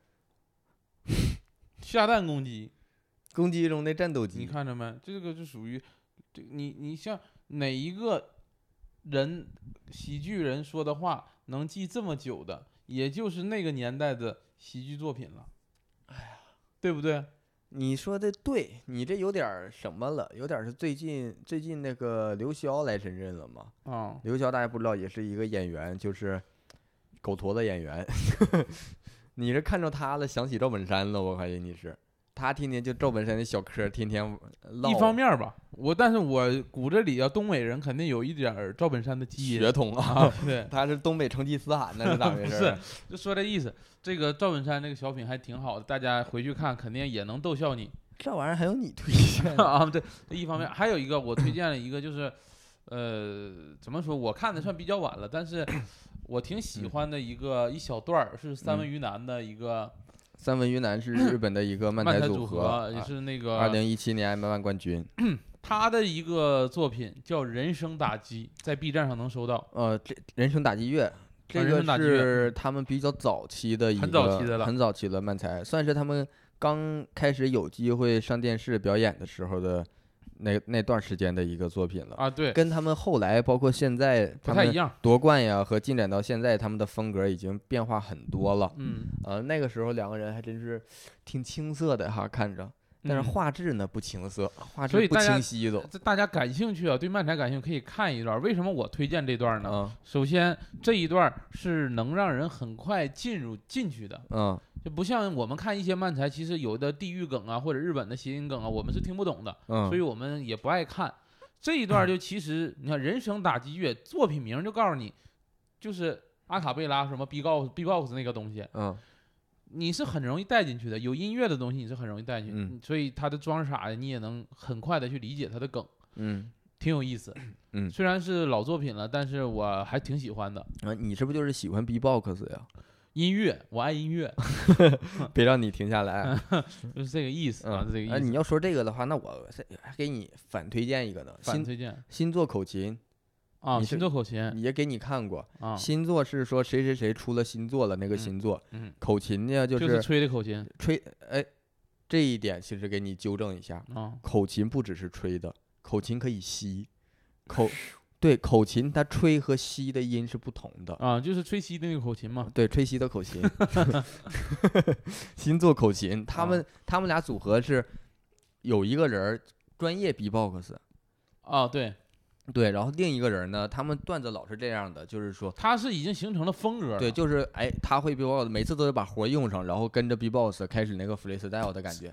下蛋公鸡， 公鸡中的战斗机， 你看着没？这个就属于，这你你像哪一个人喜剧人说的话能记这么久的，也就是那个年代的喜剧作品了。哎呀，对不对？ 你说的对，你这有点什么了？有点是最近最近那个刘潇来深圳了嘛？ 啊、哦， 刘潇大家不知道，也是一个演员，就是狗驼的演员。你是看着他了，想起赵本山了？我怀疑你是。他天天就赵本山的小嗑，天天唠。 一方面吧，我但是我骨子里啊，东北人肯定有一点赵本山的基因血统啊。 啊对， 他是东北成吉思汗，那是咋回事？ 不是，就说这意思。这个赵本山这个小品还挺好的，大家回去看肯定也能逗笑你。 这玩意儿还有你推荐啊？对，一方面还有一个我推荐了一个，就是呃，怎么说？我看的算比较晚了，但是我挺喜欢的一个、嗯、一小段儿是三文鱼男的一个。 三文鱼男是日本的一个漫才组合，也是那个二零一七年 M 一 冠军。 他的一个作品叫《人生打击》，在 B 站上能搜到。 呃，这人生打击乐，这个是他们比较早期的一个很早期的了， 很早期的漫才，算是他们刚开始有机会上电视表演的时候的那那段时间的一个作品了啊。对， 跟他们后来包括现在不太一样， 夺冠呀和进展到现在，他们的风格已经变化很多了。 嗯， 呃，那个时候两个人还真是挺青涩的哈，看着。但是画质呢不青涩，画质不清晰都。 大家感兴趣啊，对漫才感兴趣可以看一段。为什么我推荐这段呢？ 嗯、 首先这一段是能让人很快进入进去的。 嗯， 就不像我们看一些漫才，其实有的地域梗啊或者日本的谐音梗啊，我们是听不懂的， 嗯， 所以我们也不爱看。 这一段就其实你看人声打击乐作品名就告诉你，就是阿卡贝拉什么 B box B box 那个东西， 嗯， 你是很容易带进去的，有音乐的东西你是很容易带进去， 嗯所以他的装傻的你也能很快的去理解他的梗， 嗯挺有意思。 嗯， 虽然是老作品了，但是我还挺喜欢的。 啊，你是不是就是喜欢 B-box 呀？ 音乐，我爱音乐， 别让你停下来。 就是这个意思啊， 嗯，哎， 这个意思。 你要说这个的话，那我还给你反推荐一个呢，新反推荐新作口琴。 啊， 你是星座口琴也给你看过。 啊， 新作是说谁谁谁出了新作了，那个嗯新作。 嗯， 口琴呢，就就是吹的口琴吹，哎，这一点其实给你纠正一下， 啊， 口琴不只是吹的，口琴可以吸，口对口琴它吹和吸的音是不同的。 啊，就是吹西的那个口琴嘛。 对，吹吸的口琴。新作口琴，他们、 啊他们俩组合是有一个人儿专业 B-box， 啊，对， 对，然后另一个人呢，他们段子老是这样的，就是说。 他是已经形成了风格了。 对，就是哎，他会 B-box，每次都得把活用上，然后跟着 B-box 开始那个 freestyle 的感觉。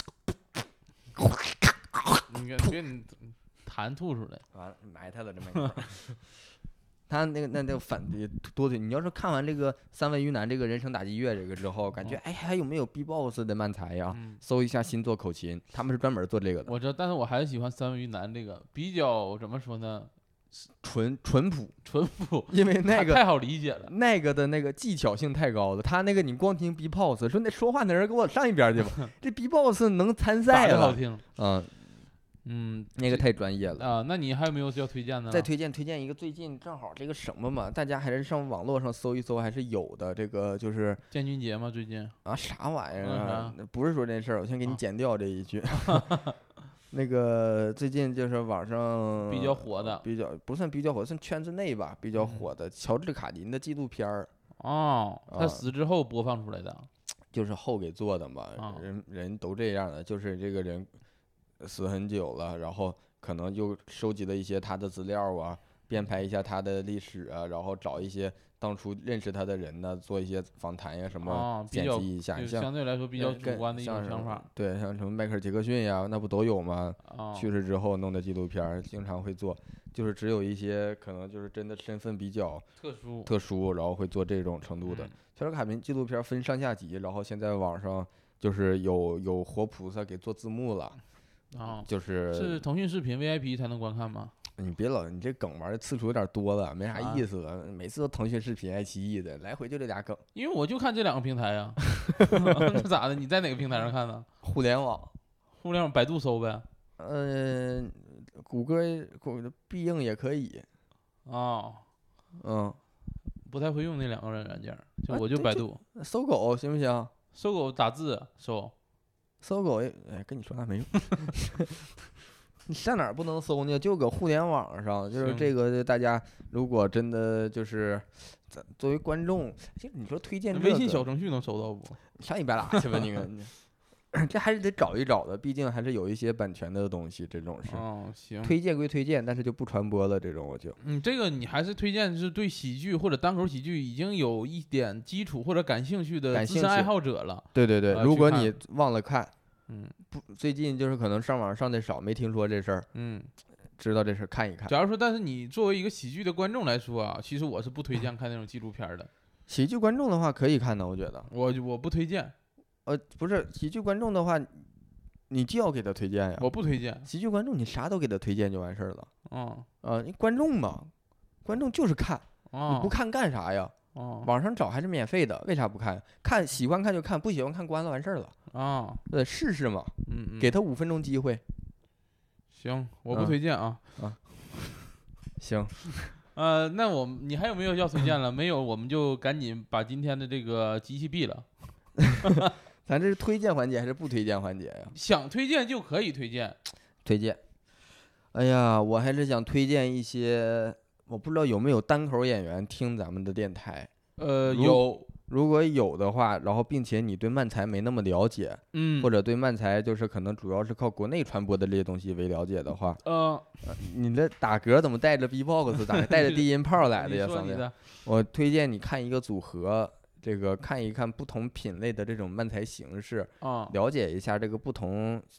你看，别你痰吐出来。 完了，埋汰了这么一会儿。他那个那那个反的多的，你要是看完这个三文鱼男这个人声打击乐这个之后，感觉哎还有没有 B-box 的漫才呀？ 嗯， 搜一下新作口琴，他们是专门做这个的， 我知道，但是我还是喜欢三文鱼男这个，比较怎么说呢， 淳淳朴， 淳朴， 因为那个太太好理解了。 那个的那个技巧性太高了，他那个你光听 B-box，说那说话那人给我上一边去吧，这 B-box 能参赛了， 打的好听。 嗯， 嗯， 那个太专业了。 啊，那你还有没有要推荐的呢？ 再推荐推荐一个，最近正好这个什么嘛，大家还是上网络上搜一搜，还是有的。这个就是建军节吗？最近啊，啥玩意儿嗯啊？不是说这事儿，我先给你啊剪掉这一句。那个最近就是网上比较火的比较不算比较火，算圈子内吧比较嗯火的乔治卡林的纪录片儿， 哦，他啊死之后播放出来的。 就是后给做的嘛。 啊人人都这样的，就是这个人死很久了，然后可能就收集了一些他的资料啊，编排一下他的历史啊，然后找一些当初认识他的人呢，做一些访谈呀什么啊，，比剪较辑一下。 就像相对来说比较呃跟主观的一像什么种想法。 对，像什么迈克尔·杰克逊呀，那不都有吗？ 啊， 去世之后弄的纪录片儿，经常会做，就是只有一些可能就是真的身份比较特殊特殊，然后会做这种程度的。 嗯乔治卡林纪录片分上下集，然后现在网上就是有有活菩萨给做字幕了， 啊， 就是是腾讯视频 V I P 才能观看吗？ 你别老你这梗玩的次数有点多了，没啥啊意思了，每次都腾讯视频、爱奇艺的，来回就这俩梗。 因为我就看这两个平台呀。那咋的？你在哪个平台上看呢？ 互联网， 互联网百度搜呗。 嗯、谷歌谷必应也可以， 啊， 嗯， 不太会用那两个软件儿，就啊我就对就百度。 搜狗行不行？ 搜狗打字搜。 搜狗也，哎，跟你说那没用。你上哪儿不能搜呢？就搁互联网上，就是行这个，大家如果真的就是，咱作为观众，其实你说推荐这微信个小程序能搜到不？ 上一边拉去吧，你个，这还是得找一找的，毕竟还是有一些版权的东西，这种是。 哦，行。 推荐归推荐，但是就不传播了，这种我就。 嗯，这个你还是推荐是对喜剧或者单口喜剧已经有一点基础或者感兴趣的感兴趣资深爱好者了。 对对对， 呃去看如果你忘了看， 嗯不，最近就是可能上网上的少，没听说这事儿， 嗯， 知道这事儿看一看。 假如说，但是你作为一个喜剧的观众来说啊，其实我是不推荐看那种纪录片儿的。 喜剧观众的话可以看的，我觉得。 我我不推荐， 呃，不是喜剧观众的话，你就要给他推荐呀。 我不推荐。 喜剧观众你啥都给他推荐就完事儿了。 嗯啊，你观众嘛，观众就是看，你啊不看干啥呀？ 啊网上找还是免费的，为啥不看？看喜欢看就看，不喜欢看关了完事儿了。 啊， 对，试试嘛， 嗯嗯， 给他五分钟机会。 行，我不嗯推荐啊。 行， 呃，那我们你还有没有要推荐了？没有，我们就赶紧把今天的这个机器闭了。 咱这是推荐环节还是不推荐环节呀？ 想推荐就可以推荐。 推荐。哎呀，我还是想推荐一些，我不知道有没有单口演员听咱们的电台。 呃， 如有， 如果有的话，然后并且你对漫才没那么了解， 嗯， 或者对漫才就是可能主要是靠国内传播的这些东西为了解的话， 呃， 你这打嗝怎么带着 B-box，咋带着低音炮来的你呀？桑子， 说你的， 我推荐你看一个组合，这个看一看不同品类的这种漫才形式， 啊， 了解一下这个不同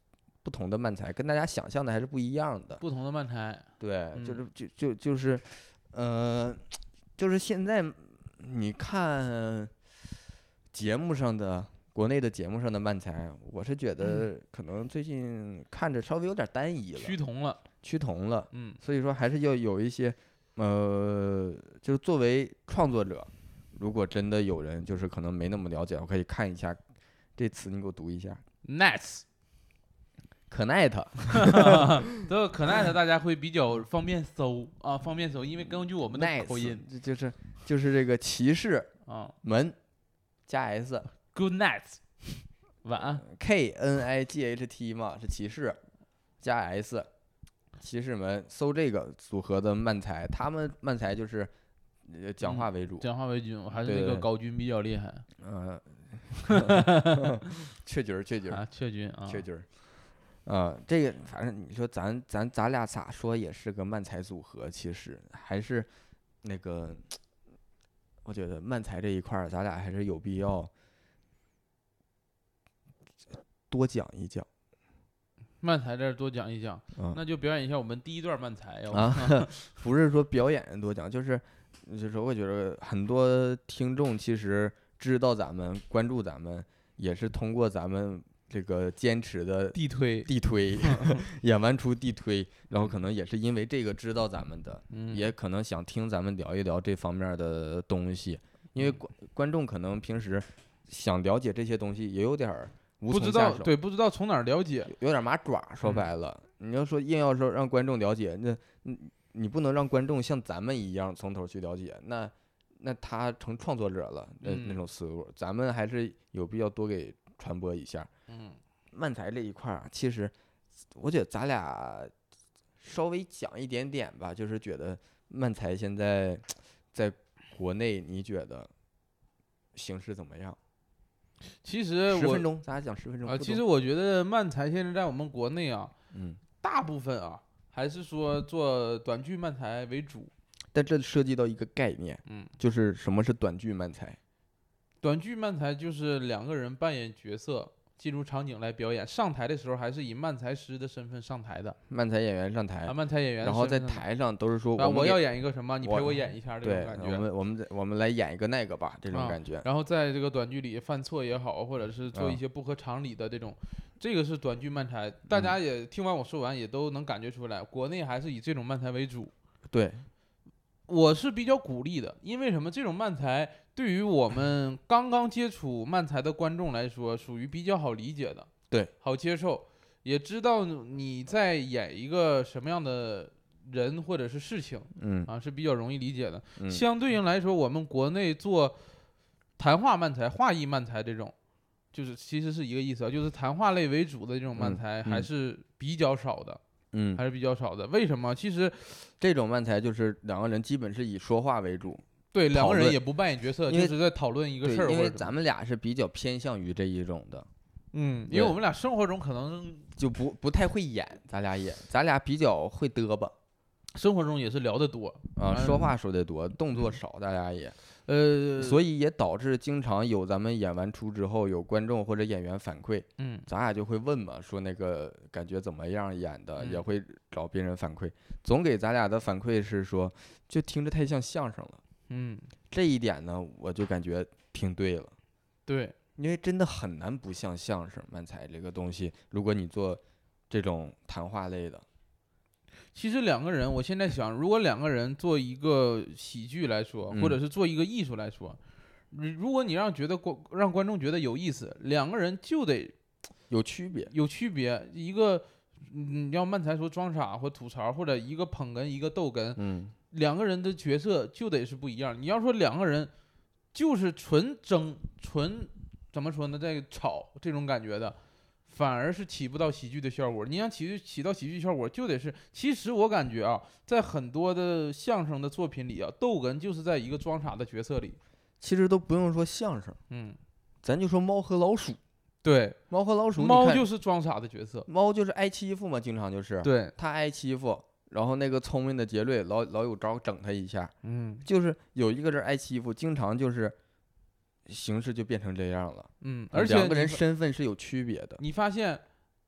不同的漫才，跟大家想象的还是不一样的。 不同的漫才， 对， 嗯、 就是就就就是，呃，就是现在你看节目上的国内的节目上的漫才，我是觉得可能最近看着稍微有点单一了， 趋同了， 趋同了。 嗯， 所以说还是要有一些，呃，就是作为创作者，如果真的有人就是可能没那么了解，我可以看一下这词，你给我读一下。 Nice。 Connect， 这个 Connect 大家会比较方便搜啊，方便搜，因为根据我们的口音， 这就是就是这个骑士啊门加 S，Good night， 晚安 ，K N I G H T 嘛，是骑士加 S， 骑士门，搜这个组合的漫才，他们漫才就是呃讲话为主， 嗯、讲话为主，还是那个高军比较厉害， 嗯，雀军雀军啊，雀军啊， 雀军。啊，这个反正你说咱咱咱俩咋说也是个漫才组合，其实还是那个，我觉得漫才这一块儿，咱俩还是有必要多讲一讲。 漫才这儿多讲一讲， 嗯、 那就表演一下我们第一段漫才要不啊，不是说表演多讲，就是就是我觉得很多听众其实知道咱们、关注咱们，也是通过咱们。这个坚持的地推地推演完出地推，然后可能也是因为这个知道咱们的， 嗯、 也可能想听咱们聊一聊这方面的东西，因为观观众可能平时想了解这些东西也有点无从下手， 对，不知道从哪儿了解， 有点麻爪。说白了，嗯、你要说硬要说让观众了解，那你你不能让观众像咱们一样从头去了解，那那他成创作者了，那那种思路，咱们还是有必要多给传播一下。 嗯， 漫才这一块儿啊，其实我觉得咱俩稍微讲一点点吧，就是觉得漫才现在在国内，你觉得形势怎么样？ 其实我十分钟，咱俩讲十分钟啊。其实我觉得漫才现在在我们国内啊， 嗯， 大部分啊还是说做短剧漫才为主。 但这涉及到一个概念， 嗯， 就是什么是短剧漫才？ 短剧漫才就是两个人扮演角色。进入场景来表演，上台的时候还是以漫才师的身份上台的。 漫才演员上台， 啊，漫才演员， 然后在台上都是说，我我要演一个什么，你陪我演一下这种感觉。 我们我们我们来演一个那个吧，这种感觉。 啊、然后在这个短剧里犯错也好，或者是做一些不合常理的这种，嗯、这个是短剧漫才。大家也听完我说完，也都能感觉出来，国内还是以这种漫才为主。 对， 我是比较鼓励的，因为什么？这种漫才对于我们刚刚接触漫才的观众来说，属于比较好理解的。 对， 好接受，也知道你在演一个什么样的人或者是事情， 嗯啊是比较容易理解的。 嗯、 相对应来说，我们国内做谈话漫才、话艺漫才这种，就是其实是一个意思啊，就是谈话类为主的这种漫才还是比较少的， 嗯， 还是比较少的。为什么？其实这种漫才就是两个人基本是以说话为主， 对，两个人也不扮演角色，就是在讨论一个事儿。 因为咱们俩是比较偏向于这一种的。 嗯，因为我们俩生活中可能就不不太会演，咱俩也，咱俩比较会嘚吧， 生活中也是聊得多啊，说话说得多，动作少，咱俩也， 呃， 所以也导致经常有咱们演完出之后，有观众或者演员反馈， 嗯， 咱俩就会问嘛，说那个感觉怎么样演的， 嗯、 也会找别人反馈，总给咱俩的反馈是说，就听着太像相声了， 嗯， 这一点呢，我就感觉听对了， 对。 因为真的很难不像相声漫才这个东西，如果你做这种谈话类的， 其实两个人，我现在想，如果两个人做一个喜剧来说， 嗯、 或者是做一个艺术来说，如果你让觉得观让观众觉得有意思，两个人就得有区别， 有区别。一个你要漫才说装傻或吐槽，或者一个捧哏一个逗哏， 嗯， 两个人的角色就得是不一样。你要说两个人就是纯争纯。怎么说呢？在吵这种感觉的，反而是起不到喜剧的效果。你想起起到喜剧效果，就得是。其实我感觉啊，在很多的相声的作品里啊，逗哏就是在一个装傻的角色里。 其实都不用说相声， 嗯， 咱就说猫和老鼠。 对， 猫和老鼠， 猫就是装傻的角色。 猫就是挨欺负嘛，经常就是。 对， 他挨欺负，然后那个聪明的杰瑞老老有招整他一下。 嗯， 就是有一个人挨欺负，经常就是。形式就变成这样了， 嗯，而且两个人身份是有区别的。 你发现，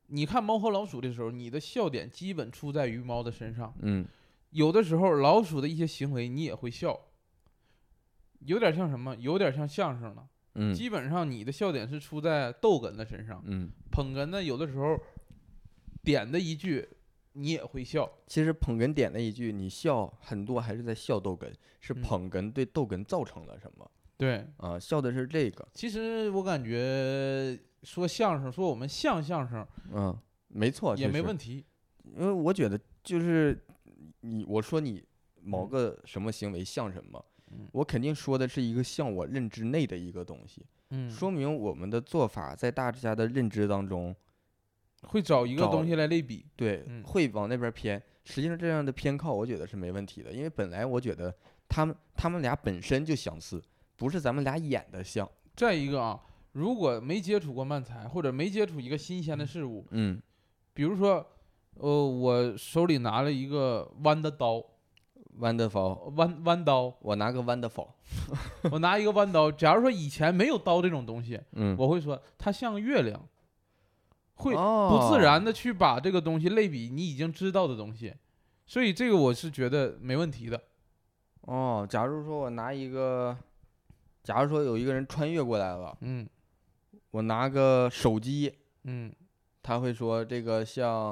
你看猫和老鼠的时候，你的笑点基本出在于猫的身上。 嗯， 有的时候老鼠的一些行为你也会笑，有点像什么？有点像相声了。 嗯， 基本上你的笑点是出在逗哏的身上， 嗯， 捧哏呢有的时候点的一句你也会笑。 其实捧哏点的一句，你笑很多还是在笑逗哏，是嗯捧哏对逗哏造成了什么对， 啊？笑的是这个， 其实我感觉说相声，说我们像相声嗯，没错， 也没题， 问题。 因为我觉得就是你我说你某嗯个什么行为像什么， 嗯我肯定说的是一个像我认知内的一个东西， 嗯， 说明我们的做法在大家的认知当中， 会找一个找东西来类比。 对， 嗯会往那边偏。实际上这样的偏靠，我觉得是没问题的，因为本来我觉得他们他们俩本身就相似，不是咱们俩演的像。 再一个啊，如果没接触过漫才，或者没接触一个新鲜的事物， 嗯， 比如说，呃，我手里拿了一个弯的刀， Wonderful， 弯弯刀， 我拿个 Wonderful， 我拿一个弯刀。假如说以前没有刀这种东西， 嗯， 我会说它像月亮，会哦不自然的去把这个东西类比你已经知道的东西，所以这个我是觉得没问题的。 哦，假如说我拿一个，假如说有一个人穿越过来了， 嗯我拿个手机， 嗯， 他会说这个像，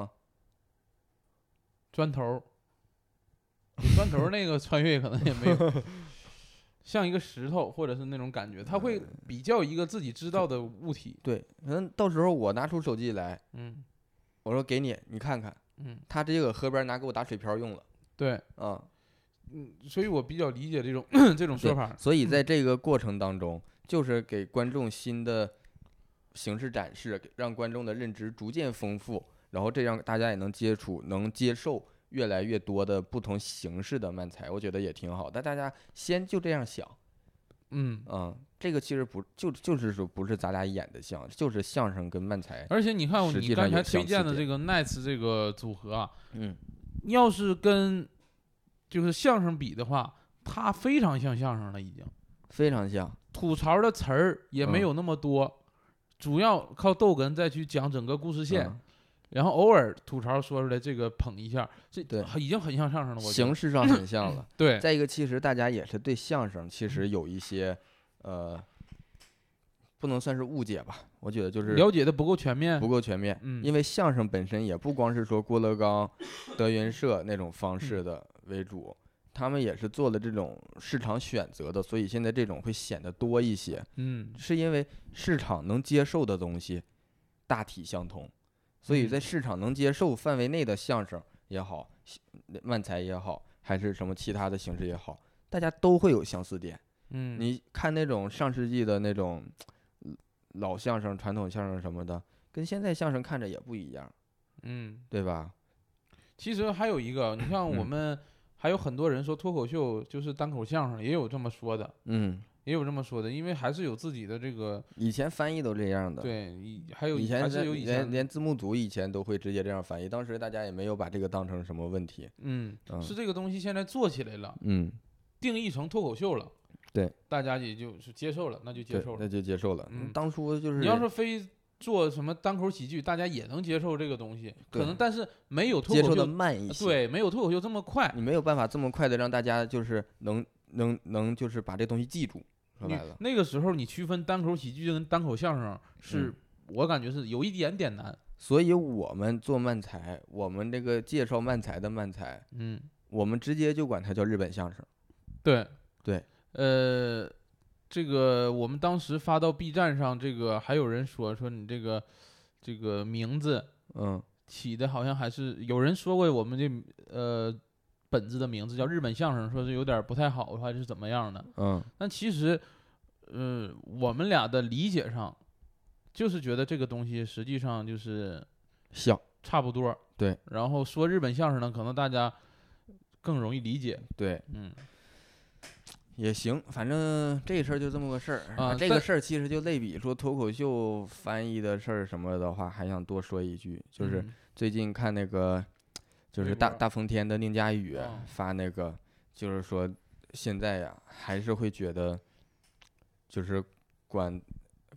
砖头儿，比砖头儿那个穿越可能也没有，像一个石头或者是那种感觉，他会比较一个自己知道的物体。 对，可能到时候我拿出手机来， 嗯我说给你，你看看， 嗯， 他直接搁河边拿给我打水漂用了， 对， 啊、 嗯，所以我比较理解这种这种说对法。 所以在这个过程当中，就是给观众新的形式展示，给让观众的认知逐渐丰富，然后这样大家也能接触、能接受越来越多的不同形式的漫才，我觉得也挺好。但大家先就这样想， 嗯， 嗯，这个其实不就就是说不是咱俩演的像，就是相声跟漫才， 而且你看实你刚才际上有相推荐的似点这个 Nice 这个组合啊， 嗯， 要是跟就是相声比的话，它非常像相声了，已经非常像， 吐槽的词儿也没嗯有那么多，主要靠逗哏再去讲整个故事线。 嗯然后偶尔吐槽说出来，这个捧一下，这对已经很像相声了。我觉得形式上很像了。 对， 再一个，其实大家也是对相声其实有一些，呃，不能算是误解吧，我觉得就是了解的不够全面。 不够全面。 嗯因为相声本身也不光是说郭德纲、德云社那种方式的为主，他们也是做了这种市场选择的，所以现在这种会显得多一些， 嗯是因为市场能接受的东西大体相同，所以嗯在市场能接受范围内的相声也好，漫才也好，还是什么其他的形式也好，大家都会有相似点。 嗯， 你看那种上世纪的那种老相声、传统相声什么的，跟现在相声看着也不一样， 嗯， 对吧？ 其实还有一个，你像我嗯们还有很多人说脱口秀就是单口相声，也有这么说的， 嗯， 也有这么说的，因为还是有自己的这个以前翻译都这样的。 对，以还有以前还是有以前连连字幕组以前都会直接这样翻译，当时大家也没有把这个当成什么问题。 嗯嗯是这个东西现在做起来了， 嗯， 定义成脱口秀了， 对， 大家也就是接受了，那就接对受，了。 那就接受了。 嗯当初就是你要是非做什么单口喜剧，大家也能接受这个东西，可对能但是没有脱接受的口秀， 慢一些， 对，没有脱口秀这么快。 你没有办法这么快的让大家就是能能能就是把这东西记住。说你白了， 那个时候你区分单口喜剧跟单口相声，是、 嗯我感觉是有一点点难。 所以我们做漫才，我们这个介绍漫才的漫才， 嗯， 我们直接就管它叫日本相声。 对对， 呃，这个我们当时发到 B 站上，这个还有人说说你这个这个名字嗯起的好像还是有人说过我们这呃本子的名字叫日本相声，说是有点不太好还是怎么样的。 嗯但其实，呃，我们俩的理解上，就是觉得这个东西实际上就是像差不多。 对， 然后说日本相声呢，可能大家更容易理解。 对嗯也行，反正这事儿就这么个事儿啊但这个事儿其实就类比说脱口秀翻译的事儿什么的话，还想多说一句，就是嗯最近看那个就是微博大大风天的宁佳宇哦发那个，就是说现在呀还是会觉得就是管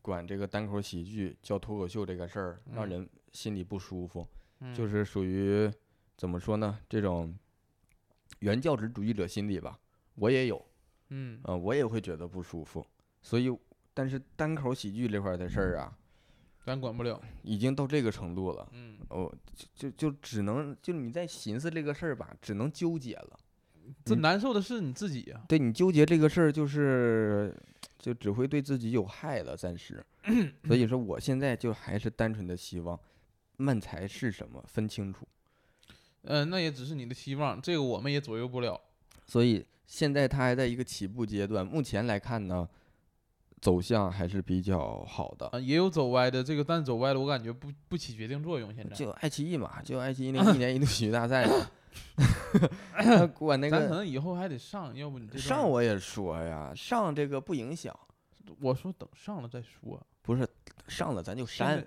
管这个单口喜剧叫脱口秀这个事儿，让人心里不舒服， 嗯、 就是属于怎么说呢？这种原教旨主义者心理吧，我也有， 嗯， 呃，我也会觉得不舒服。所以，但是单口喜剧这块的事儿啊， 咱管不了， 已经到这个程度了。 嗯， 哦，就就就只能就你在寻思这个事儿吧，只能纠结了。 这难受的是你自己呀、啊。 对你纠结这个事儿，就是就只会对自己有害了，暂时。所以说，我现在就还是单纯的希望，漫才是什么分清楚。 呃，那也只是你的希望，这个我们也左右不了。 所以现在它还在一个起步阶段，目前来看呢，走向还是比较好的。 啊，也有走歪的，这个但走歪了，我感觉不不起决定作用。现在就爱奇艺嘛，就爱奇艺那个一年一度喜剧大赛嘛。他管那个， 咱可能以后还得上，要不你这上我也说呀，上这个不影响。 我说等上了再说， 不是上了咱就删。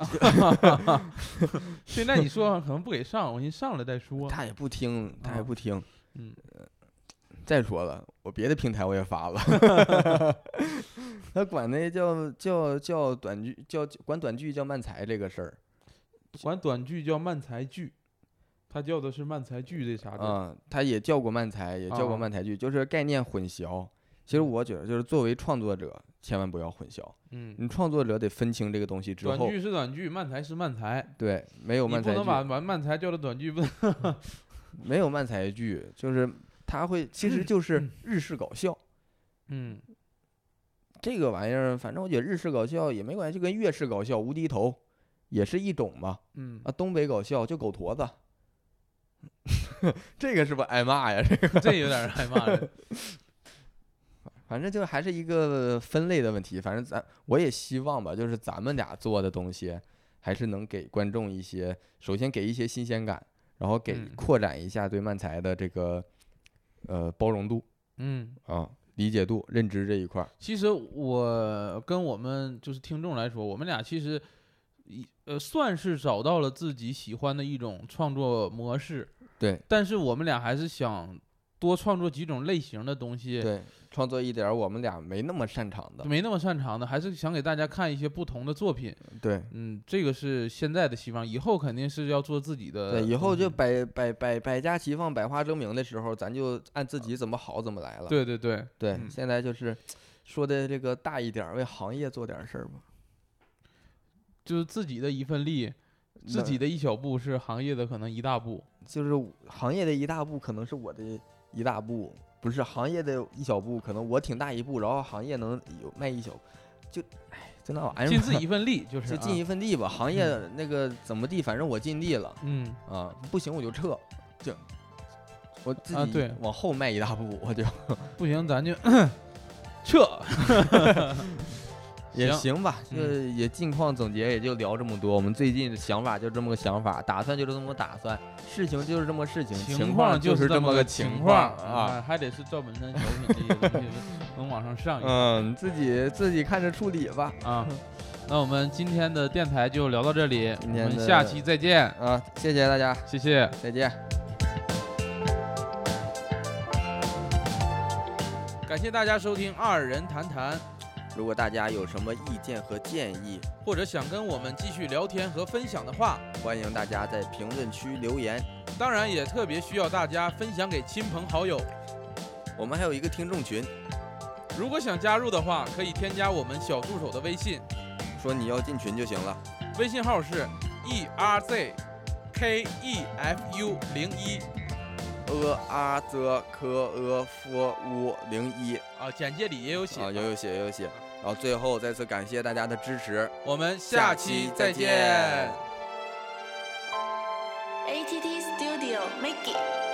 现在你说可能不给上，我寻思上了再说。 他也不听，他也不听。 嗯， 再说了，我别的平台我也发了。他管那叫叫叫短剧，叫管短剧叫漫才这个事儿， 管短剧叫漫才剧。他叫的是漫才剧这啥的啊、嗯，他也叫过漫才，也叫过漫才剧，啊、就是概念混淆。其实我觉得，就是作为创作者，千万不要混淆。 嗯， 你创作者得分清这个东西之后。 短剧是短剧，漫才是漫才。 对，没有漫才剧。 你不能把把漫才叫的短剧，不能。 没有漫才剧，就是他会，其实就是日式搞笑。 嗯， 这个玩意儿，反正我觉得日式搞笑也没关系，就跟粤式搞笑、无厘头也是一种嘛。 嗯啊，东北搞笑就狗坨子。这个是不是挨骂呀？这个这有点挨骂了。 反正就还是一个分类的问题。反正咱我也希望吧，就是咱们俩做的东西，还是能给观众一些，首先给一些新鲜感，然后给扩展一下对漫才的这个呃包容度， 嗯啊理解度、认知这一块。 其实我跟我们就是听众来说，我们俩其实呃算是找到了自己喜欢的一种创作模式。 对， 但是我们俩还是想多创作几种类型的东西。 对，创作一点我们俩没那么擅长的， 没那么擅长的，还是想给大家看一些不同的作品。 对， 嗯，这个是现在的希望，以后肯定是要做自己的。 对，以后就百百百百家齐放、百花争鸣的时候，咱就按自己怎么好怎么来了。 对对对对， 嗯、 现在就是说的这个大一点，为行业做点事儿吧。 就是自己的一份力，自己的一小步是行业的可能一大步。 就是行业的一大步，可能是我的一大步，不是行业的一小步，可能我挺大一步，然后行业能有迈一小步，就哎，就那玩意儿， 尽自己一份力，就是就尽一份力吧。啊、行业那个怎么地，反正我尽力了， 嗯啊，不行我就撤，就我自己对往后迈一大步，我就不行，咱就撤。 也行吧，就也近况总结，也就聊这么多。我们最近的想法就这么个想法，打算就是这么打算，事情就是这么事情， 情况就是这么个情况啊，还得是赵本山小品这些东西能往上上一。 嗯，自己自己看着处理吧。 啊，那我们今天的电台就聊到这里， 今天我们下期再见啊！谢谢大家， 谢谢， 再见。 感谢大家收听二人谈谈。 如果大家有什么意见和建议， 或者想跟我们继续聊天和分享的话， 欢迎大家在评论区留言。 当然，也特别需要大家分享给亲朋好友。 我们还有一个听众群， 如果想加入的话，可以添加我们小助手的微信， 说你要进群就行了。 微信号是 e r z k e f u 零一。 呃啊则科呃夫乌零一啊，简介里也有写啊，有有写有有写。然后最后再次感谢大家的支持， 我们下期再见。 A T T Studio Make It。